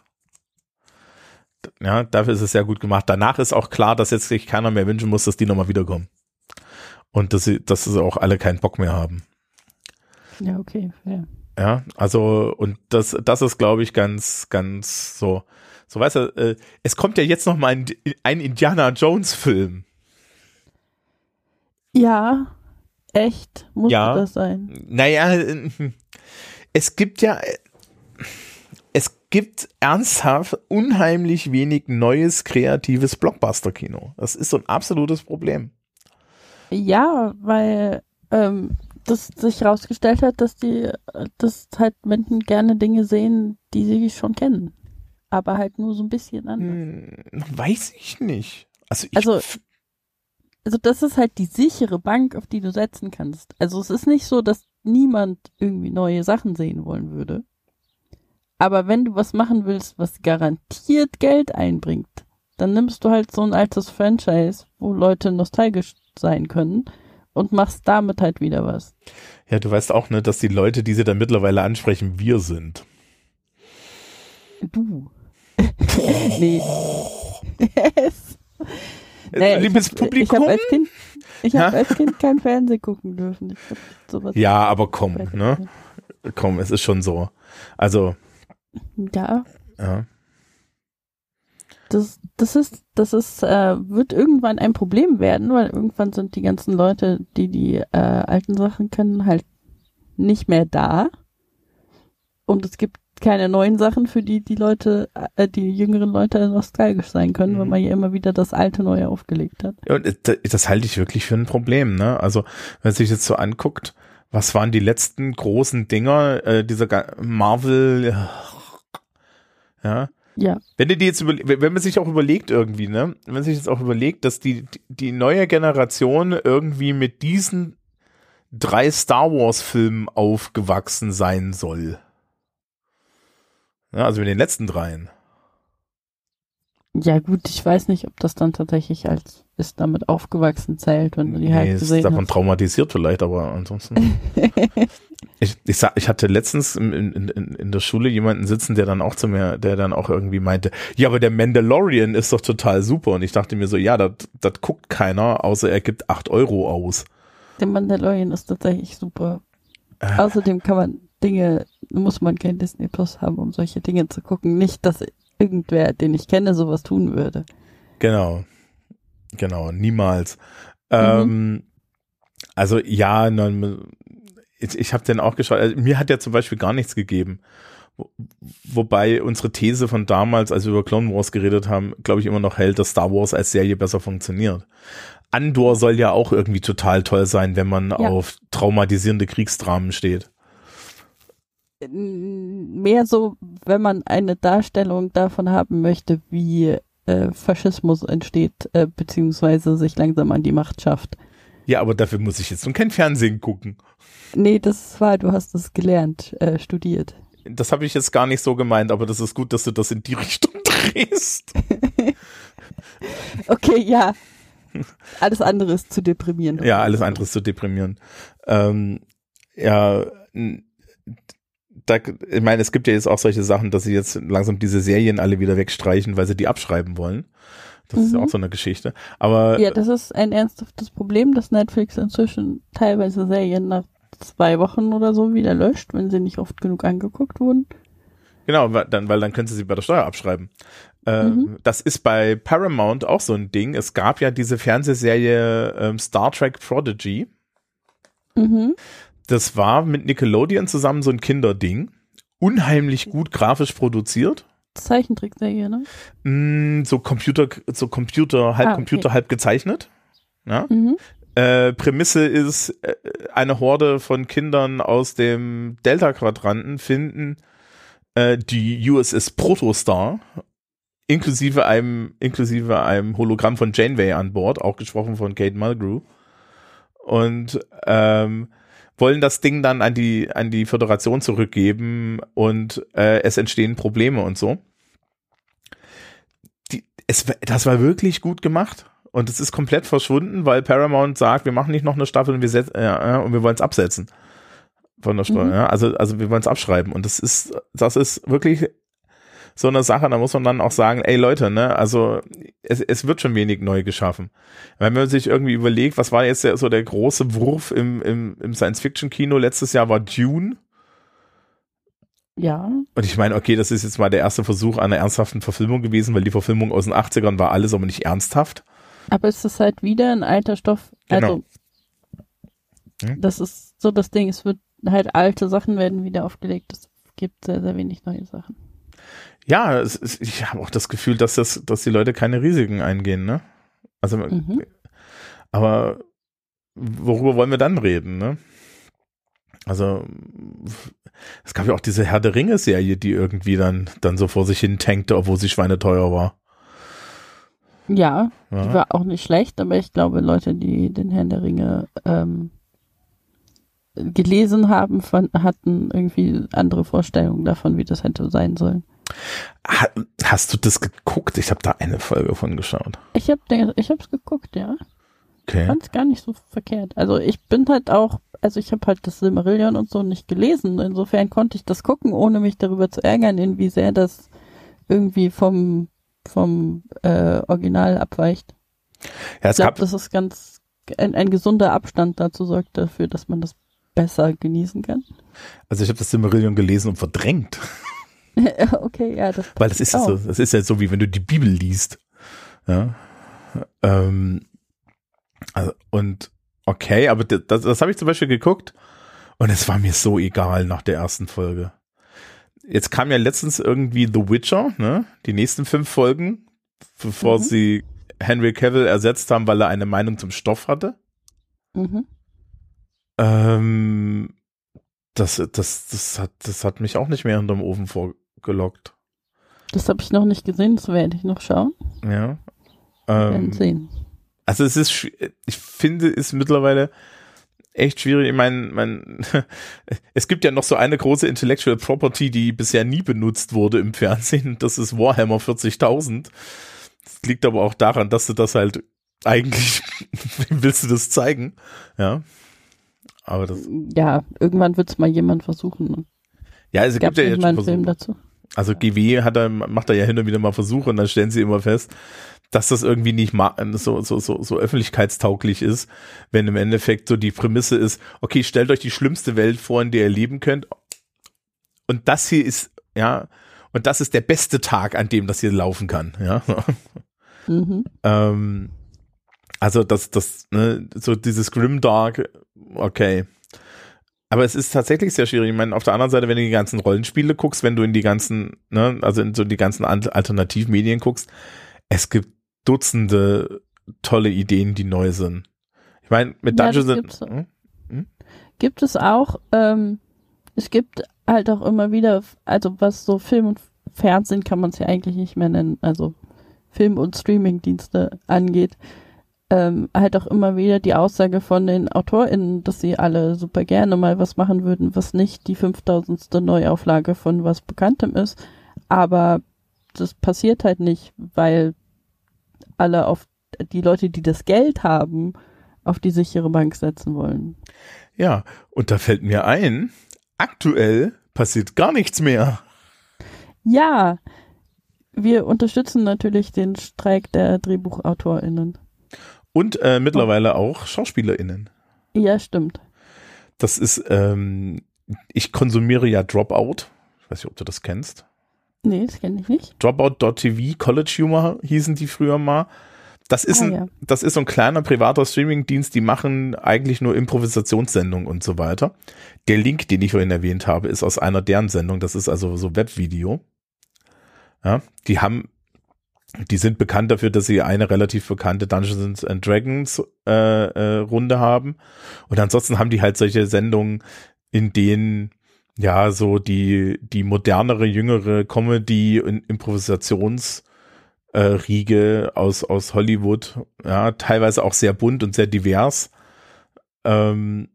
A: Ja, dafür ist es sehr gut gemacht. Danach ist auch klar, dass jetzt sich keiner mehr wünschen muss, dass die nochmal wiederkommen. Und dass sie, dass sie auch alle keinen Bock mehr haben.
B: Ja, okay. Ja,
A: ja also, und das, das ist, glaube ich, ganz, ganz so, so weißt du, äh, es kommt ja jetzt noch mal ein, ein Indiana Jones Film.
B: Ja, echt? Muss
A: ja.
B: das sein?
A: Naja, es gibt ja, es gibt ernsthaft unheimlich wenig neues, kreatives Blockbuster-Kino. Das ist so ein absolutes Problem.
B: Ja, weil ähm, das sich herausgestellt hat, dass die, dass halt Menschen gerne Dinge sehen, die sie schon kennen. Aber halt nur so ein bisschen anders.
A: Hm, weiß ich nicht. Also, ich
B: Also, also das ist halt die sichere Bank, auf die du setzen kannst. Also es ist nicht so, dass niemand irgendwie neue Sachen sehen wollen würde. Aber wenn du was machen willst, was garantiert Geld einbringt, dann nimmst du halt so ein altes Franchise, wo Leute nostalgisch sein können und machst damit halt wieder was.
A: Ja, du weißt auch, ne, dass die Leute, die sie dann mittlerweile ansprechen, wir sind.
B: Du. Nee. nee.
A: Liebes
B: ich hab,
A: Publikum.
B: Ich habe als Kind, ich hab als Kind kein Fernsehen gucken dürfen. Ich hab sowas
A: ja, aber komm, ne? Komm, es ist schon so. Also.
B: Ja.
A: Ja.
B: Das, das ist, das ist, äh, wird irgendwann ein Problem werden, weil irgendwann sind die ganzen Leute, die die äh, alten Sachen kennen, halt nicht mehr da. Und es gibt keine neuen Sachen, für die die Leute, äh, die jüngeren Leute nostalgisch sein können, mhm. weil man ja immer wieder das alte Neue aufgelegt hat.
A: Ja, und das, das halte ich wirklich für ein Problem, ne? Also, wenn man sich jetzt so anguckt, was waren die letzten großen Dinger, äh, dieser Marvel, ja.
B: Ja.
A: Wenn du die jetzt über, wenn man sich auch überlegt irgendwie, ne, wenn man sich jetzt auch überlegt, dass die, die neue Generation irgendwie mit diesen drei Star Wars Filmen aufgewachsen sein soll. Ja, also mit den letzten dreien.
B: Ja gut, ich weiß nicht, ob das dann tatsächlich als ist damit aufgewachsen zählt, wenn du die nee, halt gesehen
A: ist davon
B: hast.
A: Traumatisiert vielleicht, aber ansonsten. ich, ich, sag, ich hatte letztens in, in, in der Schule jemanden sitzen, der dann auch zu mir, der dann auch irgendwie meinte, ja, aber der Mandalorian ist doch total super. Und ich dachte mir so, ja, das guckt keiner, außer er gibt acht Euro aus.
B: Der Mandalorian ist tatsächlich super. Äh. Außerdem kann man Dinge, muss man kein Disney Plus haben, um solche Dinge zu gucken. Nicht, dass irgendwer, den ich kenne, sowas tun würde.
A: Genau. Genau, niemals. Mhm. Ähm, also ja, nein, ich, ich habe den auch geschaut. Also, mir hat der zum Beispiel gar nichts gegeben. Wo, wobei unsere These von damals, als wir über Clone Wars geredet haben, glaube ich immer noch hält, dass Star Wars als Serie besser funktioniert. Andor soll ja auch irgendwie total toll sein, wenn man ja. auf traumatisierende Kriegsdramen steht.
B: Mehr so, wenn man eine Darstellung davon haben möchte, wie äh, Faschismus entsteht, äh, beziehungsweise sich langsam an die Macht schafft.
A: Ja, aber dafür muss ich jetzt nun kein Fernsehen gucken.
B: Nee, das war, du hast es gelernt, äh, studiert.
A: Das habe ich jetzt gar nicht so gemeint, aber das ist gut, dass du das in die Richtung drehst.
B: Okay, ja. Alles andere ist zu deprimierend.
A: Ja, alles andere ist zu deprimierend. Ähm, ja, da, ich meine, es gibt ja jetzt auch solche Sachen, dass sie jetzt langsam diese Serien alle wieder wegstreichen, weil sie die abschreiben wollen. Das mhm. ist ja auch so eine Geschichte. Aber
B: ja, das ist ein ernsthaftes Problem, dass Netflix inzwischen teilweise Serien nach zwei Wochen oder so wieder löscht, wenn sie nicht oft genug angeguckt wurden.
A: Genau, weil dann, weil dann können sie sie bei der Steuer abschreiben. Äh, mhm. Das ist bei Paramount auch so ein Ding. Es gab ja diese Fernsehserie ähm, Star Trek Prodigy.
B: Mhm.
A: Das war mit Nickelodeon zusammen so ein Kinderding. Unheimlich gut grafisch produziert.
B: Zeichentrickserie, ne?
A: Mm, so Computer, so Computer, halb ah, okay. Computer, halb gezeichnet. Ja.
B: Mhm.
A: Äh, Prämisse ist, äh, eine Horde von Kindern aus dem Delta-Quadranten finden äh, die U S S Protostar inklusive einem, inklusive einem Hologramm von Janeway an Bord, auch gesprochen von Kate Mulgrew. Und ähm, wollen das Ding dann an die an die Föderation zurückgeben und äh, es entstehen Probleme und so. Die, es, das war wirklich gut gemacht und es ist komplett verschwunden, weil Paramount sagt, wir machen nicht noch eine Staffel und wir set, äh, und wir wollen es absetzen von der Steuer. Mhm. Ja, also also wir wollen es abschreiben und das ist das ist wirklich so eine Sache, da muss man dann auch sagen, ey Leute, ne, also es, es wird schon wenig neu geschaffen. Wenn man sich irgendwie überlegt, was war jetzt der, so der große Wurf im, im, im Science-Fiction-Kino letztes Jahr, war Dune.
B: Ja.
A: Und ich meine, okay, das ist jetzt mal der erste Versuch einer ernsthaften Verfilmung gewesen, weil die Verfilmung aus den achtzigern war alles, aber nicht ernsthaft.
B: Aber es ist halt wieder ein alter Stoff. Also, genau. Hm? Das ist so das Ding, es wird halt alte Sachen werden wieder aufgelegt. Das gibt sehr, sehr wenig neue Sachen.
A: Ja, es ist, ich habe auch das Gefühl, dass das, dass die Leute keine Risiken eingehen, ne? Also, mhm. aber worüber wollen wir dann reden, ne? Also, es gab ja auch diese Herr der Ringe-Serie, die irgendwie dann, dann so vor sich hin tankte, obwohl sie schweineteuer war.
B: Ja, ja, die war auch nicht schlecht, aber ich glaube, Leute, die den Herrn der Ringe ähm, gelesen haben, von, hatten irgendwie andere Vorstellungen davon, wie das hätte sein sollen.
A: Hast du das geguckt? Ich habe da eine Folge von geschaut.
B: Ich habe ich hab's geguckt, ja.
A: Okay.
B: Ich fand es gar nicht so verkehrt. Also ich bin halt auch, also ich habe halt das Silmarillion und so nicht gelesen. Insofern konnte ich das gucken, ohne mich darüber zu ärgern, inwie sehr das irgendwie vom vom äh, Original abweicht.
A: Ja, es
B: ich glaube,
A: gab
B: das ist ganz ein, ein gesunder Abstand dazu sorgt dafür, dass man das besser genießen kann.
A: Also ich habe das Silmarillion gelesen und verdrängt.
B: Okay, ja, das
A: Weil das ist
B: auch.
A: so, das ist ja so, wie wenn du die Bibel liest. Ja. Ähm, also, und okay, aber das, das habe ich zum Beispiel geguckt und es war mir so egal nach der ersten Folge. Jetzt kam ja letztens irgendwie The Witcher, ne? Die nächsten fünf Folgen, bevor mhm. sie Henry Cavill ersetzt haben, weil er eine Meinung zum Stoff hatte.
B: Mhm.
A: Ähm, das, das, das hat, das hat mich auch nicht mehr hinterm Ofen vorgelockt.
B: Das habe ich noch nicht gesehen, das werde ich noch schauen.
A: Ja.
B: Wir werden sehen.
A: Also es ist, ich finde, es ist mittlerweile echt schwierig. Ich meine, mein, es gibt ja noch so eine große Intellectual Property, die bisher nie benutzt wurde im Fernsehen. Das ist Warhammer vierzigtausend. Das liegt aber auch daran, dass du das halt eigentlich, wem willst du das zeigen? Ja. Aber das.
B: Ja, irgendwann wird es mal jemand versuchen.
A: Ja, es gibt ja jetzt
B: schon einen Film dazu.
A: Also G W hat er, macht er ja hin und wieder mal Versuche und dann stellen sie immer fest, dass das irgendwie nicht so, so, so, so öffentlichkeitstauglich ist, wenn im Endeffekt so die Prämisse ist, okay, stellt euch die schlimmste Welt vor, in der ihr leben könnt. Und das hier ist, ja, und das ist der beste Tag, an dem das hier laufen kann, ja.
B: Mhm.
A: ähm, also das, das, ne, so dieses Grimdark, okay. Aber es ist tatsächlich sehr schwierig. Ich meine, auf der anderen Seite, wenn du die ganzen Rollenspiele guckst, wenn du in die ganzen, ne, also in so die ganzen Alternativmedien guckst, es gibt Dutzende tolle Ideen, die neu sind. Ich meine, mit
B: ja,
A: Dungeons
B: hm? Hm? Gibt es auch, ähm, es gibt halt auch immer wieder, also was so Film und Fernsehen kann man es ja eigentlich nicht mehr nennen, also Film- und Streamingdienste angeht, ähm, halt auch immer wieder die Aussage von den AutorInnen, dass sie alle super gerne mal was machen würden, was nicht die fünftausendste Neuauflage von was Bekanntem ist, aber das passiert halt nicht, weil alle auf die Leute, die das Geld haben, auf die sichere Bank setzen wollen.
A: Ja, und da fällt mir ein, aktuell passiert gar nichts mehr.
B: Ja, wir unterstützen natürlich den Streik der DrehbuchautorInnen.
A: Und äh, mittlerweile auch SchauspielerInnen.
B: Ja, stimmt.
A: Das ist, ähm, ich konsumiere ja Dropout. Ich weiß nicht, ob du das kennst.
B: Nee, das kenne ich nicht.
A: Dropout Punkt T V, College Humor hießen die früher mal. Das ist, ah, ein, ja. das ist so ein kleiner privater Streamingdienst, die machen eigentlich nur Improvisationssendungen und so weiter. Der Link, den ich vorhin erwähnt habe, ist aus einer deren Sendung. Das ist also so Webvideo. Ja, die haben, die sind bekannt dafür, dass sie eine relativ bekannte Dungeons and Dragons äh, äh, Runde haben. Und ansonsten haben die halt solche Sendungen, in denen ja so die die modernere, jüngere Comedy- und Improvisations Äh, Riege aus aus Hollywood, ja, teilweise auch sehr bunt und sehr divers, ähm,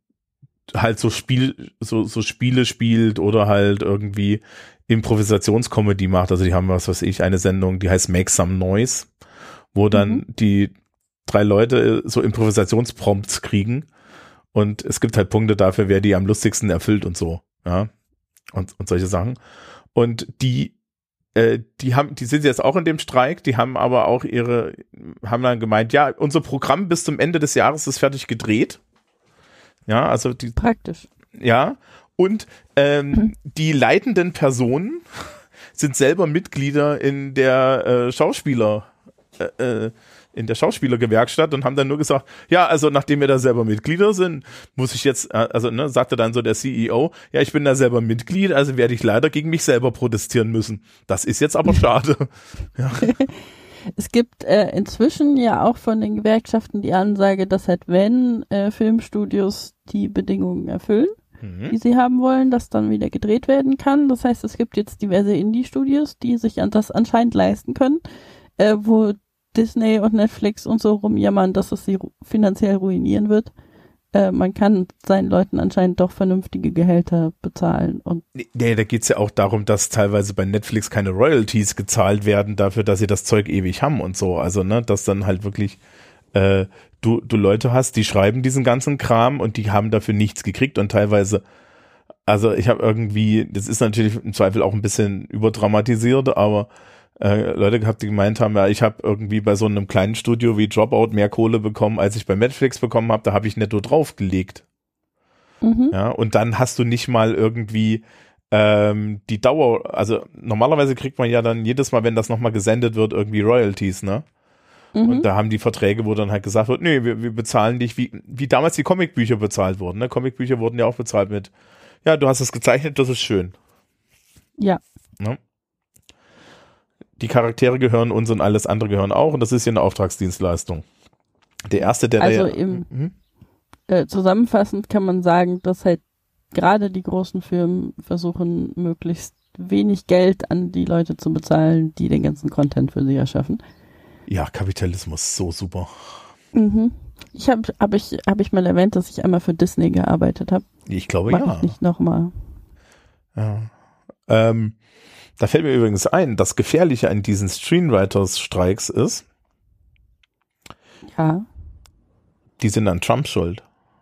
A: halt so Spiel, so so Spiele spielt oder halt irgendwie Improvisationscomedy macht. Also die haben, was weiß ich, eine Sendung, die heißt Make Some Noise, wo dann mhm. die drei Leute so Improvisationsprompts kriegen und es gibt halt Punkte dafür, wer die am lustigsten erfüllt und so, ja, und und solche Sachen. Und die Die haben, die sind jetzt auch in dem Streik, die haben aber auch ihre, haben dann gemeint, ja, unser Programm bis zum Ende des Jahres ist fertig gedreht. Ja, also die.
B: Praktisch.
A: Ja, und ähm, hm. die leitenden Personen sind selber Mitglieder in der äh, Schauspieler, äh, in der Schauspielergewerkschaft und haben dann nur gesagt, ja, also nachdem wir da selber Mitglieder sind, muss ich jetzt, also ne, sagte dann so der C E O, ja, ich bin da selber Mitglied, also werde ich leider gegen mich selber protestieren müssen. Das ist jetzt aber schade. Ja.
B: Es gibt äh, inzwischen ja auch von den Gewerkschaften die Ansage, dass halt wenn äh, Filmstudios die Bedingungen erfüllen, mhm. die sie haben wollen, dass dann wieder gedreht werden kann. Das heißt, es gibt jetzt diverse Indie-Studios, die sich an das anscheinend leisten können, äh, wo Disney und Netflix und so rumjammern, dass es sie ru- finanziell ruinieren wird. Äh, man kann seinen Leuten anscheinend doch vernünftige Gehälter bezahlen. Und
A: nee, da geht's ja auch darum, dass teilweise bei Netflix keine Royalties gezahlt werden dafür, dass sie das Zeug ewig haben und so. Also, ne, dass dann halt wirklich äh, du, du Leute hast, die schreiben diesen ganzen Kram und die haben dafür nichts gekriegt und teilweise, also ich habe irgendwie, das ist natürlich im Zweifel auch ein bisschen überdramatisiert, aber äh, Leute gehabt, die gemeint haben, ja, ich habe irgendwie bei so einem kleinen Studio wie Dropout mehr Kohle bekommen, als ich bei Netflix bekommen habe, da habe ich netto draufgelegt. Mhm. Ja, und dann hast du nicht mal irgendwie ähm, die Dauer, also normalerweise kriegt man ja dann jedes Mal, wenn das nochmal gesendet wird, irgendwie Royalties, ne? Mhm. Und da haben die Verträge, wo dann halt gesagt wird, nee, wir, wir bezahlen dich, wie, wie damals die Comicbücher bezahlt wurden, ne? Comicbücher wurden ja auch bezahlt mit, ja, du hast es gezeichnet, das ist schön.
B: Ja.
A: Ne? Die Charaktere gehören uns und alles andere gehören auch und das ist ja eine Auftragsdienstleistung. Der erste, der
B: also
A: da ja,
B: im, mhm. äh, zusammenfassend kann man sagen, dass halt gerade die großen Firmen versuchen, möglichst wenig Geld an die Leute zu bezahlen, die den ganzen Content für sie erschaffen.
A: Ja, Kapitalismus, so super.
B: Mhm. Ich habe hab ich, hab ich mal erwähnt, dass ich einmal für Disney gearbeitet habe.
A: Ich glaube,
B: Mach
A: ja.
B: ich nicht nochmal.
A: Ja. Ähm, Da fällt mir übrigens ein, das Gefährliche an diesen Screenwriters-Streiks ist,
B: ja,
A: die sind an Trump schuld.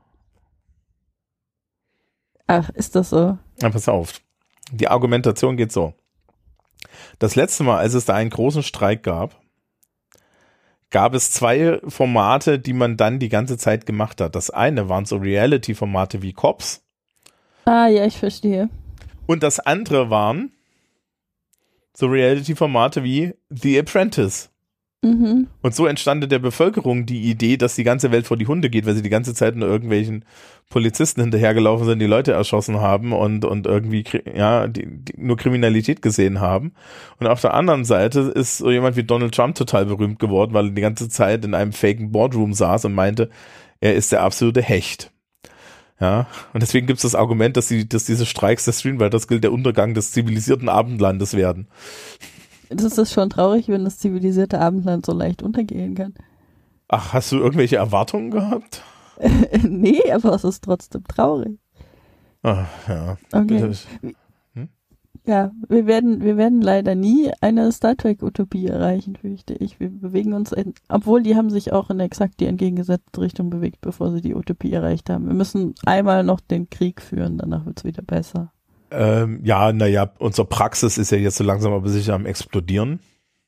B: Ach, ist das so?
A: Ja, pass auf. Die Argumentation geht so. Das letzte Mal, als es da einen großen Streik gab, gab es zwei Formate, die man dann die ganze Zeit gemacht hat. Das eine waren so Reality-Formate wie Cops.
B: Ah, ja, ich verstehe.
A: Und das andere waren so Reality-Formate wie The Apprentice. Mhm. Und so entstand in der Bevölkerung die Idee, dass die ganze Welt vor die Hunde geht, weil sie die ganze Zeit nur irgendwelchen Polizisten hinterhergelaufen sind, die Leute erschossen haben und, und irgendwie ja die, die nur Kriminalität gesehen haben. Und auf der anderen Seite ist so jemand wie Donald Trump total berühmt geworden, weil er die ganze Zeit in einem faken Boardroom saß und meinte, er ist der absolute Hecht. Ja, und deswegen gibt es das Argument, dass, die, dass diese Streiks der Screenwriters gilt der Untergang des zivilisierten Abendlandes werden.
B: Das ist schon traurig, wenn das zivilisierte Abendland so leicht untergehen kann.
A: Ach, hast du irgendwelche Erwartungen gehabt?
B: Nee, aber es ist trotzdem traurig.
A: Ach, ja.
B: Okay. Hm? Ja, wir werden, wir werden leider nie eine Star Trek-Utopie erreichen, fürchte ich. Wir bewegen uns, in, obwohl die haben sich auch in exakt die entgegengesetzte Richtung bewegt, bevor sie die Utopie erreicht haben. Wir müssen einmal noch den Krieg führen, danach wird es wieder besser.
A: Ähm, ja, naja, unsere Praxis ist ja jetzt so langsam aber sicher am Explodieren.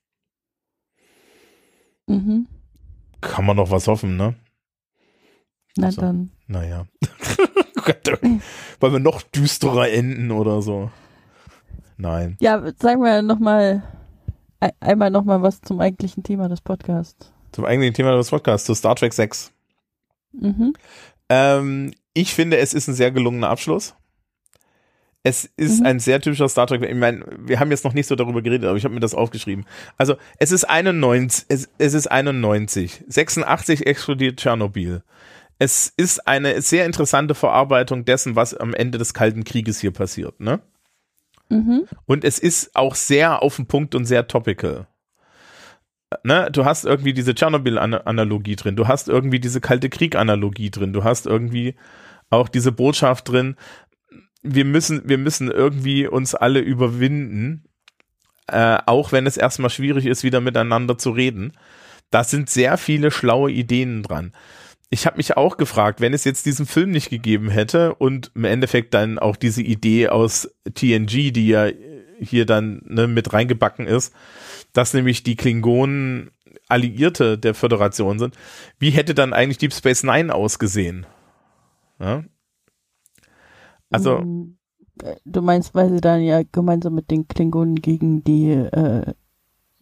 A: Mhm. Kann man noch was hoffen, ne?
B: Na also, dann.
A: Naja. Wollen wir noch düsterer enden oder so? Nein.
B: Ja, sagen wir nochmal, einmal nochmal was zum eigentlichen Thema des Podcasts.
A: Zum eigentlichen Thema des Podcasts, zu Star Trek sechs. Mhm. Ähm, ich finde, es ist ein sehr gelungener Abschluss. Es ist mhm. ein sehr typischer Star Trek. Ich meine, wir haben jetzt noch nicht so darüber geredet, aber ich habe mir das aufgeschrieben. Also, es ist einundneunzig, es, es ist einundneunzig. sechsundachtzig explodiert Tschernobyl. Es ist eine sehr interessante Verarbeitung dessen, was am Ende des Kalten Krieges hier passiert, ne? Mhm. Und es ist auch sehr auf den Punkt und sehr topical. Ne? Du hast irgendwie diese Tschernobyl-Analogie drin, du hast irgendwie diese Kalte Krieg-Analogie drin, du hast irgendwie auch diese Botschaft drin, wir müssen, wir müssen irgendwie uns alle überwinden, äh, auch wenn es erstmal schwierig ist, wieder miteinander zu reden. Da sind sehr viele schlaue Ideen dran. Ich habe mich auch gefragt, wenn es jetzt diesen Film nicht gegeben hätte und im Endeffekt dann auch diese Idee aus T N G, die ja hier dann ne, mit reingebacken ist, dass nämlich die Klingonen Alliierte der Föderation sind, wie hätte dann eigentlich Deep Space Nine ausgesehen? Ja? Also
B: du meinst, weil sie dann ja gemeinsam mit den Klingonen gegen die äh,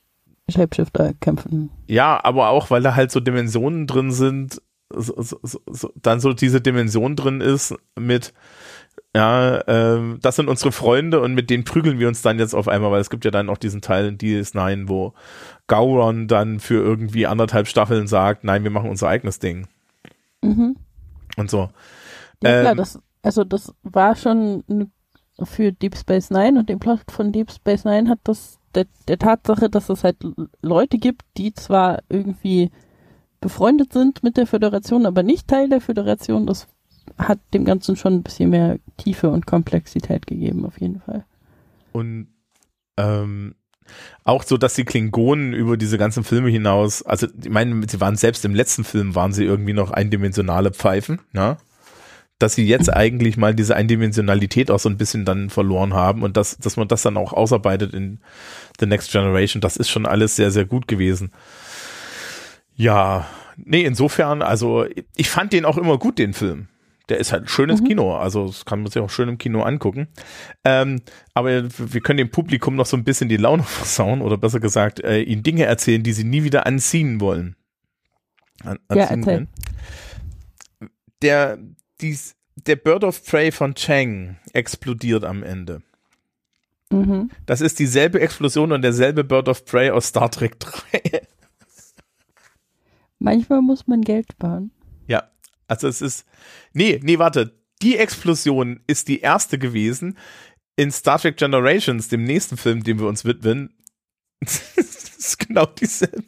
B: Shapeshifter kämpfen.
A: Ja, aber auch, weil da halt so Dimensionen drin sind, so, so, so, dann so diese Dimension drin ist mit, ja, ähm, das sind unsere Freunde und mit denen prügeln wir uns dann jetzt auf einmal, weil es gibt ja dann auch diesen Teil in D S neun, wo Gowron dann für irgendwie anderthalb Staffeln sagt, nein, wir machen unser eigenes Ding.
B: Mhm.
A: Und so.
B: Ja, klar,
A: ähm,
B: das, also das war schon eine für Deep Space Nine und den Plot von Deep Space Nine hat das der, der Tatsache, dass es halt Leute gibt, die zwar irgendwie befreundet sind mit der Föderation, aber nicht Teil der Föderation, das hat dem Ganzen schon ein bisschen mehr Tiefe und Komplexität gegeben, auf jeden Fall.
A: Und ähm, auch so, dass die Klingonen über diese ganzen Filme hinaus, also ich meine, sie waren selbst im letzten Film, waren sie irgendwie noch eindimensionale Pfeifen, ja, dass sie jetzt eigentlich mal diese Eindimensionalität auch so ein bisschen dann verloren haben und dass, dass man das dann auch ausarbeitet in The Next Generation, das ist schon alles sehr, sehr gut gewesen. Ja, nee, insofern, also ich fand den auch immer gut, den Film. Der ist halt ein schönes mhm. Kino, also das kann man sich auch schön im Kino angucken. Ähm, aber wir können dem Publikum noch so ein bisschen die Laune versauen oder besser gesagt, äh, ihnen Dinge erzählen, die sie nie wieder anziehen wollen. An, anziehen
B: ja, erzähl.
A: Können. Der Dies, der Bird of Prey von Chang explodiert am Ende.
B: Mhm.
A: Das ist dieselbe Explosion und derselbe Bird of Prey aus Star Trek drei.
B: Manchmal muss man Geld sparen.
A: Ja, also es ist, nee, nee, warte, die Explosion ist die erste gewesen in Star Trek Generations, dem nächsten Film, dem wir uns widmen. Das ist genau dieselbe.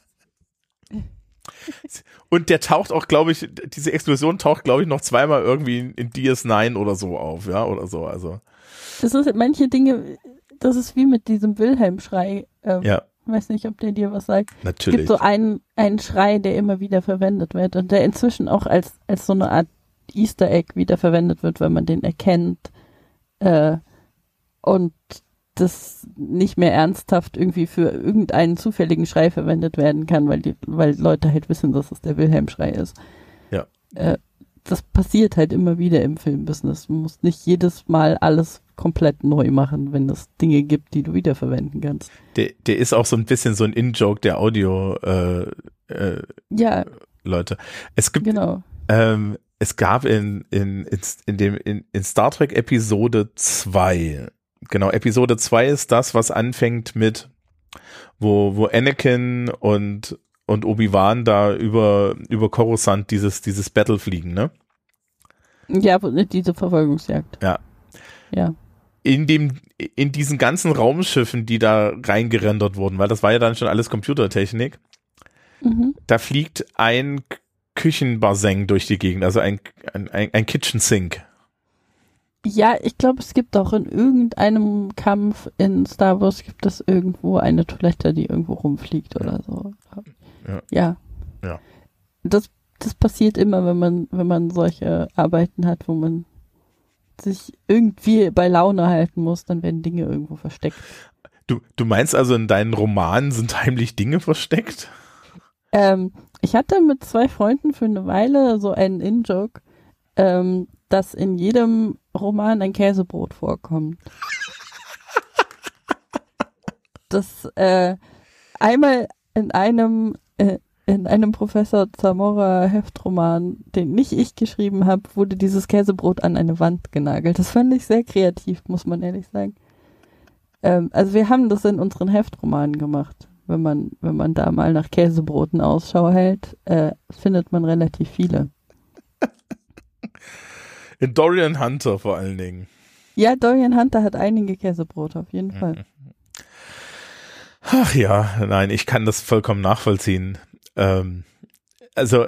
A: Und der taucht auch, glaube ich, diese Explosion taucht, glaube ich, noch zweimal irgendwie in, in D S neun oder so auf, ja, oder so, also.
B: Das ist manche Dinge, das ist wie mit diesem Wilhelm-Schrei. Ähm,
A: ja.
B: Ich weiß nicht, ob der dir was sagt.
A: Natürlich.
B: Es gibt so einen, einen Schrei, der immer wieder verwendet wird und der inzwischen auch als, als so eine Art Easter Egg wieder verwendet wird, wenn man den erkennt, äh, und das nicht mehr ernsthaft irgendwie für irgendeinen zufälligen Schrei verwendet werden kann, weil die, weil Leute halt wissen, dass es der Wilhelm-Schrei ist.
A: Ja.
B: Äh, das passiert halt immer wieder im Filmbusiness. Man muss nicht jedes Mal alles komplett neu machen, wenn es Dinge gibt, die du wiederverwenden kannst.
A: Der, der ist auch so ein bisschen so ein In-Joke der Audio äh, äh,
B: ja.
A: Leute. Es gibt
B: genau.
A: ähm, es gab in, in, in, in dem in, in Star Trek Episode zwei. Genau, Episode zwei ist das, was anfängt mit, wo, wo Anakin und, und Obi-Wan da über, über Coruscant dieses, dieses Battle fliegen, ne?
B: Ja, diese Verfolgungsjagd.
A: Ja.
B: Ja.
A: In dem, in diesen ganzen Raumschiffen, die da reingerendert wurden, weil das war ja dann schon alles Computertechnik,
B: mhm.
A: da fliegt ein Küchenbassin durch die Gegend, also ein, ein, ein Kitchen Sink.
B: Ja, ich glaube, es gibt auch in irgendeinem Kampf in Star Wars gibt es irgendwo eine Toilette, die irgendwo rumfliegt oder so.
A: Ja.
B: Ja.
A: ja.
B: Das, das passiert immer, wenn man, wenn man solche Arbeiten hat, wo man sich irgendwie bei Laune halten muss, dann werden Dinge irgendwo versteckt.
A: Du, du meinst also, in deinen Romanen sind heimlich Dinge versteckt?
B: Ähm, ich hatte mit zwei Freunden für eine Weile so einen In-Joke, ähm, dass in jedem Roman ein Käsebrot vorkommt. Das äh, einmal in einem äh, in einem Professor Zamora Heftroman, den nicht ich geschrieben habe, wurde dieses Käsebrot an eine Wand genagelt. Das fand ich sehr kreativ, muss man ehrlich sagen. Ähm, also wir haben das in unseren Heftromanen gemacht. Wenn man wenn man da mal nach Käsebroten Ausschau hält, äh, findet man relativ viele.
A: In Dorian Hunter vor allen Dingen.
B: Ja, Dorian Hunter hat einige Käsebrote, auf jeden Fall.
A: Ach ja, nein, ich kann das vollkommen nachvollziehen. Ähm, also,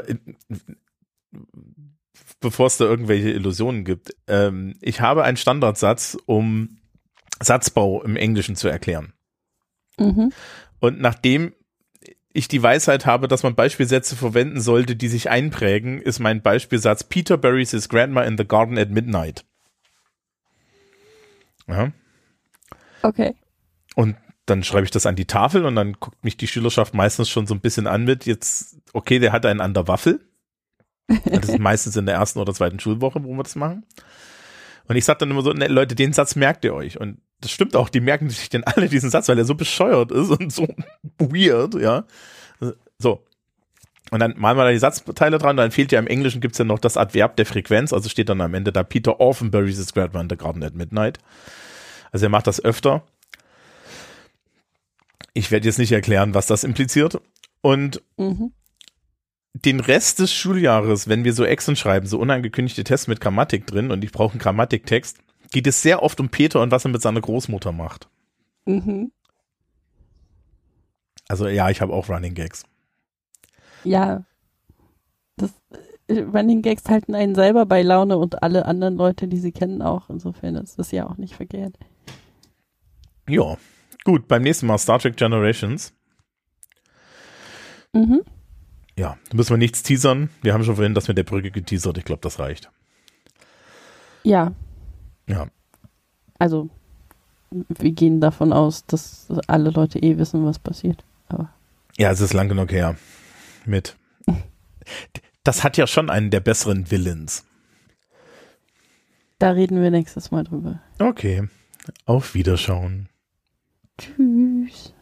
A: bevor es da irgendwelche Illusionen gibt, ähm, ich habe einen Standardsatz, um Satzbau im Englischen zu erklären.
B: Mhm.
A: Und nachdem ich die Weisheit habe, dass man Beispielsätze verwenden sollte, die sich einprägen, ist mein Beispielsatz: Peter buries his grandma in the garden at midnight. Ja.
B: Okay.
A: Und dann schreibe ich das an die Tafel und dann guckt mich die Schülerschaft meistens schon so ein bisschen an mit, jetzt, okay, der hat einen an der Waffel. Das ist meistens in der ersten oder zweiten Schulwoche, wo wir das machen. Und ich sag dann immer so, ne, Leute, den Satz merkt ihr euch. Und das stimmt auch, die merken sich denn alle diesen Satz, weil er so bescheuert ist und so weird, ja. So. Und dann malen wir da die Satzteile dran, dann fehlt ja im Englischen, gibt's ja noch das Adverb der Frequenz, also steht dann am Ende da, Peter often buries his grandma in the garden at midnight. Also er macht das öfter. Ich werde jetzt nicht erklären, was das impliziert. Und mhm. den Rest des Schuljahres, wenn wir so Exen schreiben, so unangekündigte Tests mit Grammatik drin und ich brauche einen Grammatiktext, geht es sehr oft um Peter und was er mit seiner Großmutter macht. Mhm. Also ja, ich habe auch Running Gags.
B: Ja, das Running Gags halten einen selber bei Laune und alle anderen Leute, die sie kennen, auch. Insofern ist das ja auch nicht verkehrt.
A: Ja, gut, beim nächsten Mal Star Trek Generations.
B: Mhm.
A: Ja, da müssen wir nichts teasern. Wir haben schon vorhin das mit der Brücke geteasert. Ich glaube, das reicht.
B: Ja.
A: Ja.
B: Also, wir gehen davon aus, dass alle Leute eh wissen, was passiert. Aber
A: ja, es ist lang genug her. Mit. Das hat ja schon einen der besseren Villains.
B: Da reden wir nächstes Mal drüber.
A: Okay. Auf Wiederschauen.
B: Tschüss.